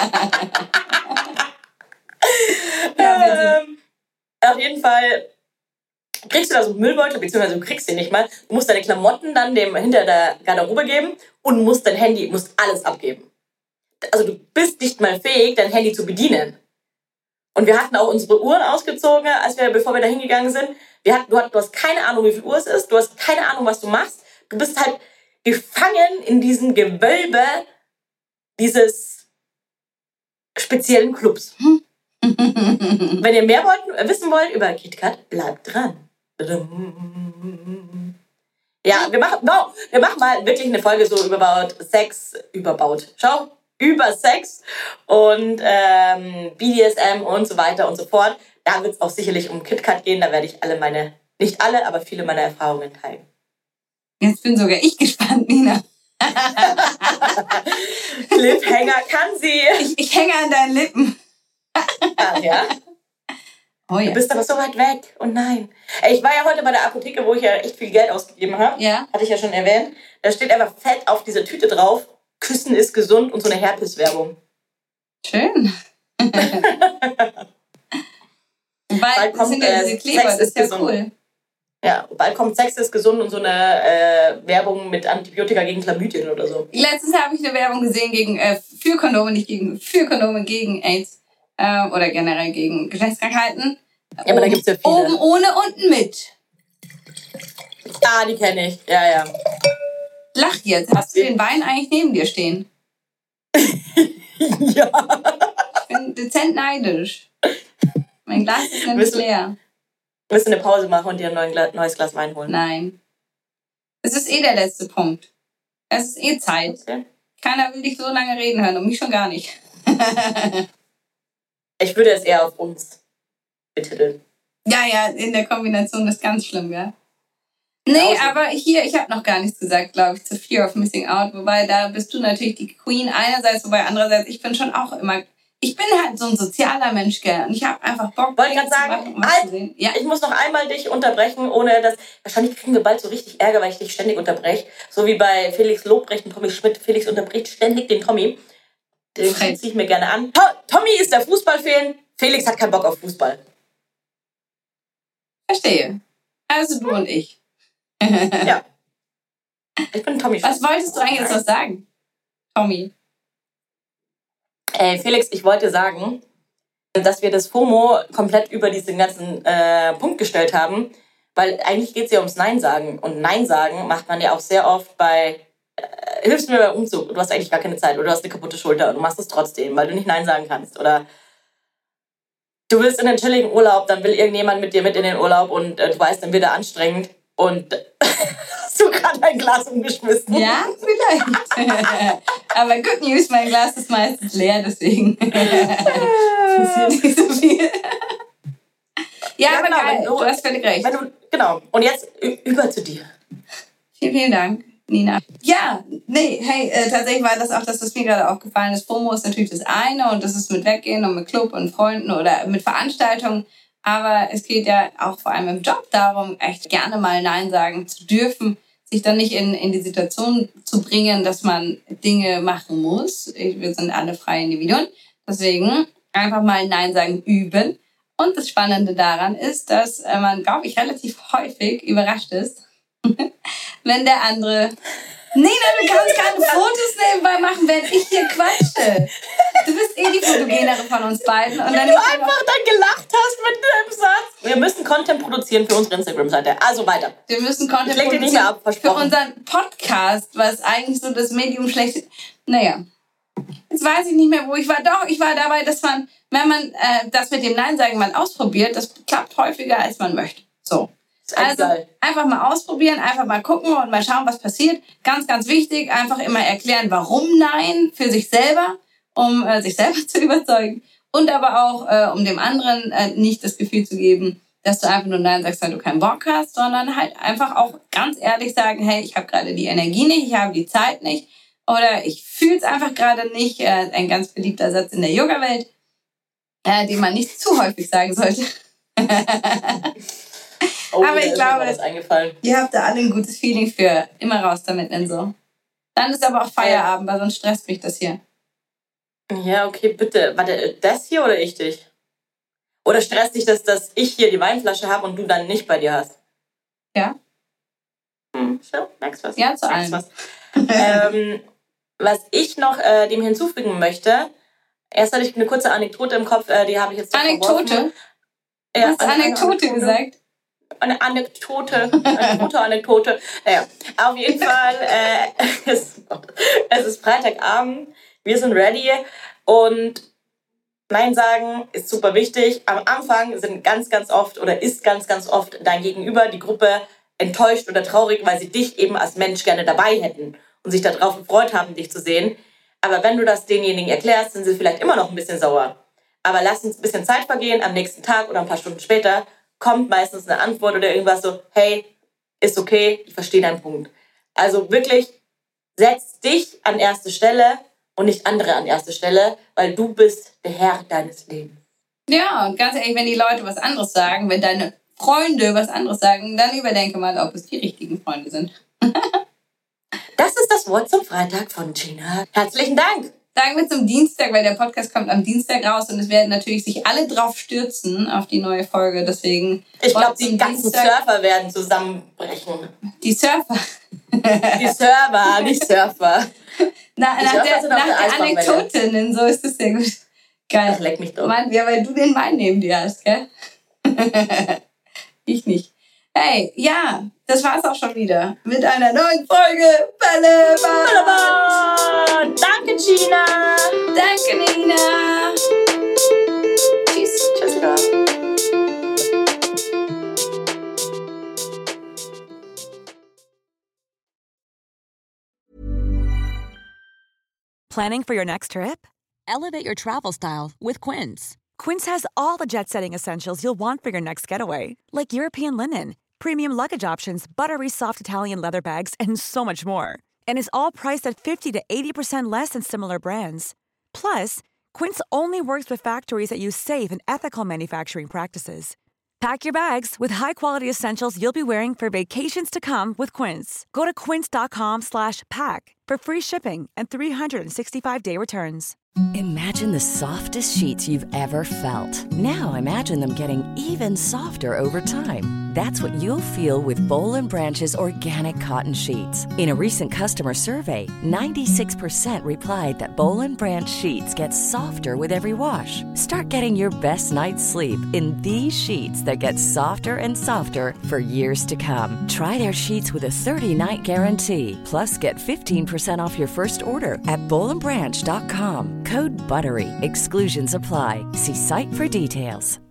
Ja, ähm, auf jeden Fall kriegst du da so einen Müllbeutel, beziehungsweise du kriegst den nicht mal. Du musst deine Klamotten dann dem hinter der Garderobe geben und musst dein Handy, musst alles abgeben. Also du bist nicht mal fähig, dein Handy zu bedienen. Und wir hatten auch unsere Uhren ausgezogen, als wir, bevor wir da hingegangen sind. Wir hatten, du, hast, du hast keine Ahnung, wie viel Uhr es ist. Du hast keine Ahnung, was du machst. Du bist halt gefangen in diesem Gewölbe dieses speziellen Clubs. Wenn ihr mehr wollt, wissen wollt über KitKat, bleibt dran. Ja, wir machen, no, wir machen mal wirklich eine Folge so überbaut Sex, überbaut. Schau, über Sex und ähm, B D S M und so weiter und so fort. Da wird es auch sicherlich um KitKat gehen. Da werde ich alle meine, nicht alle, aber viele meiner Erfahrungen teilen. Jetzt bin sogar ich gespannt, Nina. Cliffhanger kann sie. Ich, ich hänge an deinen Lippen. Ach ja. Oh ja. Du bist aber so weit weg. Oh nein. Ey, ich war ja heute bei der Apotheke, wo ich ja echt viel Geld ausgegeben habe. Ja. Hatte ich ja schon erwähnt. Da steht einfach fett auf dieser Tüte drauf: Küssen ist gesund und so eine Herpes-Werbung. Schön. Weil Bald das kommt, sind ja äh, diese Kleber, Sex das ist ist ja gesund. cool. Ja, bald kommt Sex ist gesund und so eine äh, Werbung mit Antibiotika gegen Chlamydien oder so. Letztens habe ich eine Werbung gesehen gegen äh, für Kondome, nicht gegen für Kondome gegen AIDS äh, oder generell gegen Geschlechtskrankheiten. Ja, aber da gibt's ja viele. Oben ohne, unten mit. Ah, die kenne ich. Ja, ja. Lach jetzt. Hast du den Wein eigentlich neben dir stehen? Ja. Ich bin dezent neidisch. Mein Glas ist nämlich Willst du- leer. Willst du eine Pause machen und dir ein neuen Gla- neues Glas Wein holen? Nein. Es ist eh der letzte Punkt. Es ist eh Zeit. Okay. Keiner will dich so lange reden hören und mich schon gar nicht. Ich würde es eher auf uns betiteln. Ja, ja, in der Kombination ist ganz schlimm, ja. Nee, Genauso. aber hier, ich habe noch gar nichts gesagt, glaube ich, zu Fear of Missing Out. Wobei, da bist du natürlich die Queen einerseits, wobei andererseits, ich bin schon auch immer... Ich bin halt so ein sozialer Mensch, gell? Und ich habe einfach Bock, Wollte Dinge gerade sagen, zu machen, was halt, zu sehen. Ja, Ich muss noch einmal dich unterbrechen, ohne dass... Wahrscheinlich kriegen wir bald so richtig Ärger, weil ich dich ständig unterbreche. So wie bei Felix Lobrecht und Tommy Schmidt. Felix unterbricht ständig den Tommy. Den Frech. ziehe ich mir gerne an. To- Tommy ist der Fußballfan. Felix hat keinen Bock auf Fußball. verstehe. Also du und ich. Ja. Ich bin Tommy. Was wolltest du eigentlich jetzt noch sagen, Tommy? Ey, Felix, ich wollte sagen, dass wir das FOMO komplett über diesen ganzen äh, Punkt gestellt haben, weil eigentlich geht es ja ums Nein sagen. Und Nein sagen macht man ja auch sehr oft bei, äh, hilfst mir beim Umzug, du hast eigentlich gar keine Zeit oder du hast eine kaputte Schulter und du machst es trotzdem, weil du nicht Nein sagen kannst. Oder du willst in einen chilligen Urlaub, dann will irgendjemand mit dir mit in den Urlaub und äh, du weißt, dann wird er anstrengend und hast du gerade ein Glas umgeschmissen. Ja, vielleicht. Aber good news, mein Glas ist meistens leer, deswegen passiert nicht so viel. Ja, ja aber genau, geil, du, du hast völlig recht. Wenn du, genau, und jetzt über zu dir. Vielen, vielen Dank, Nina. Ja, nee, hey, äh, tatsächlich war das auch das, was mir gerade aufgefallen ist. FOMO ist natürlich das eine und das ist mit Weggehen und mit Club und Freunden oder mit Veranstaltungen. Aber es geht ja auch vor allem im Job darum, echt gerne mal Nein sagen zu dürfen, sich dann nicht in, in die Situation zu bringen, dass man Dinge machen muss. Wir sind alle freie Individuen. Deswegen einfach mal Nein sagen üben. Und das Spannende daran ist, dass man, glaube ich, relativ häufig überrascht ist, wenn der andere... Nina, du kannst keine Fotos nebenbei machen, während ich hier quatsche. Du bist eh die Fotogenere von uns beiden. Und wenn dann du einfach dann gelacht hast mit dem Satz. Wir müssen Content produzieren für unsere Instagram-Seite. Also weiter. Wir müssen Content ich produzieren nicht mehr ab, für unseren Podcast, was eigentlich so das Medium schlecht ist. Naja, jetzt weiß ich nicht mehr, wo ich war. Doch, ich war dabei, dass man, wenn man äh, das mit dem Nein sagen mal ausprobiert, das klappt häufiger, als man möchte. So. Also einfach mal ausprobieren, einfach mal gucken und mal schauen, was passiert. Ganz, ganz wichtig, einfach immer erklären, warum Nein für sich selber, um äh, sich selber zu überzeugen und aber auch, äh, um dem anderen äh, nicht das Gefühl zu geben, dass du einfach nur Nein sagst, weil du keinen Bock hast, sondern halt einfach auch ganz ehrlich sagen, hey, ich habe gerade die Energie nicht, ich habe die Zeit nicht oder ich fühle es einfach gerade nicht. Äh, ein ganz beliebter Satz in der Yoga-Welt, äh, den man nicht zu häufig sagen sollte. Oh, aber ich glaube, eingefallen. ihr habt da alle ein gutes Feeling für. Immer raus damit, Enzo. Dann ist aber auch Feierabend, weil sonst stresst mich das hier. Ja, okay, bitte. Warte, das hier oder ich dich? Oder stresst dich, dass, dass ich hier die Weinflasche habe und du dann nicht bei dir hast? Ja. Hm, so, merkst was? Ja, zu allem. Was. ähm, was ich noch äh, dem hinzufügen möchte, erst hatte ich eine kurze Anekdote im Kopf, äh, die habe ich jetzt noch Anekdote? verworfen. Du Ja, hast eine, Anekdote, Anekdote gesagt? Eine Anekdote, eine gute Anekdote. Naja, auf jeden Fall, äh, es, es ist Freitagabend, wir sind ready und Nein sagen ist super wichtig. Am Anfang sind ganz, ganz oft oder ist ganz, ganz oft dein Gegenüber, die Gruppe, enttäuscht oder traurig, weil sie dich eben als Mensch gerne dabei hätten und sich darauf gefreut haben, dich zu sehen. Aber wenn du das denjenigen erklärst, sind sie vielleicht immer noch ein bisschen sauer. Aber lass uns ein bisschen Zeit vergehen, am nächsten Tag oder ein paar Stunden später kommt meistens eine Antwort oder irgendwas so, hey, ist okay, ich verstehe deinen Punkt. Also wirklich, setz dich an erste Stelle und nicht andere an erste Stelle, weil du bist der Herr deines Lebens. Ja, und ganz ehrlich, wenn die Leute was anderes sagen, wenn deine Freunde was anderes sagen, dann überdenke mal, ob es die richtigen Freunde sind. Das ist das Wort zum Freitag von Gina. Herzlichen Dank. Sagen wir zum Dienstag, weil der Podcast kommt am Dienstag raus und es werden natürlich sich alle drauf stürzen auf die neue Folge. Deswegen. Ich glaube, die ganzen Dienstag, Surfer werden zusammenbrechen. Die Surfer? Die Server, nicht Surfer. Na, nach Surfer der, nach der, der Anekdotin, so ist es sehr gut. Geil. Ach, leck mich doch. Mann, ja, weil du den Wein neben dir hast, gell? Ich nicht. Hey, ja, das war's auch schon wieder mit einer neuen Folge Bällebad. Danke, Gina. Danke, Nina. Tschüss. Tschüss, Leute. Planning for your next trip? Elevate your travel style with Quince. Quince has all the jet-setting essentials you'll want for your next getaway, like European linen, premium luggage options, buttery soft Italian leather bags, and so much more. And is all priced at fifty to eighty percent less than similar brands. Plus, Quince only works with factories that use safe and ethical manufacturing practices. Pack your bags with high-quality essentials you'll be wearing for vacations to come with Quince. Go to quince.com slash pack for free shipping and three sixty-five day returns. Imagine the softest sheets you've ever felt. Now imagine them getting even softer over time. That's what you'll feel with Boll and Branch's organic cotton sheets. In a recent customer survey, ninety-six percent replied that Boll and Branch sheets get softer with every wash. Start getting your best night's sleep in these sheets that get softer and softer for years to come. Try their sheets with a thirty-night guarantee. Plus, get fifteen percent off your first order at boll and branch dot com. Code BUTTERY. Exclusions apply. See site for details.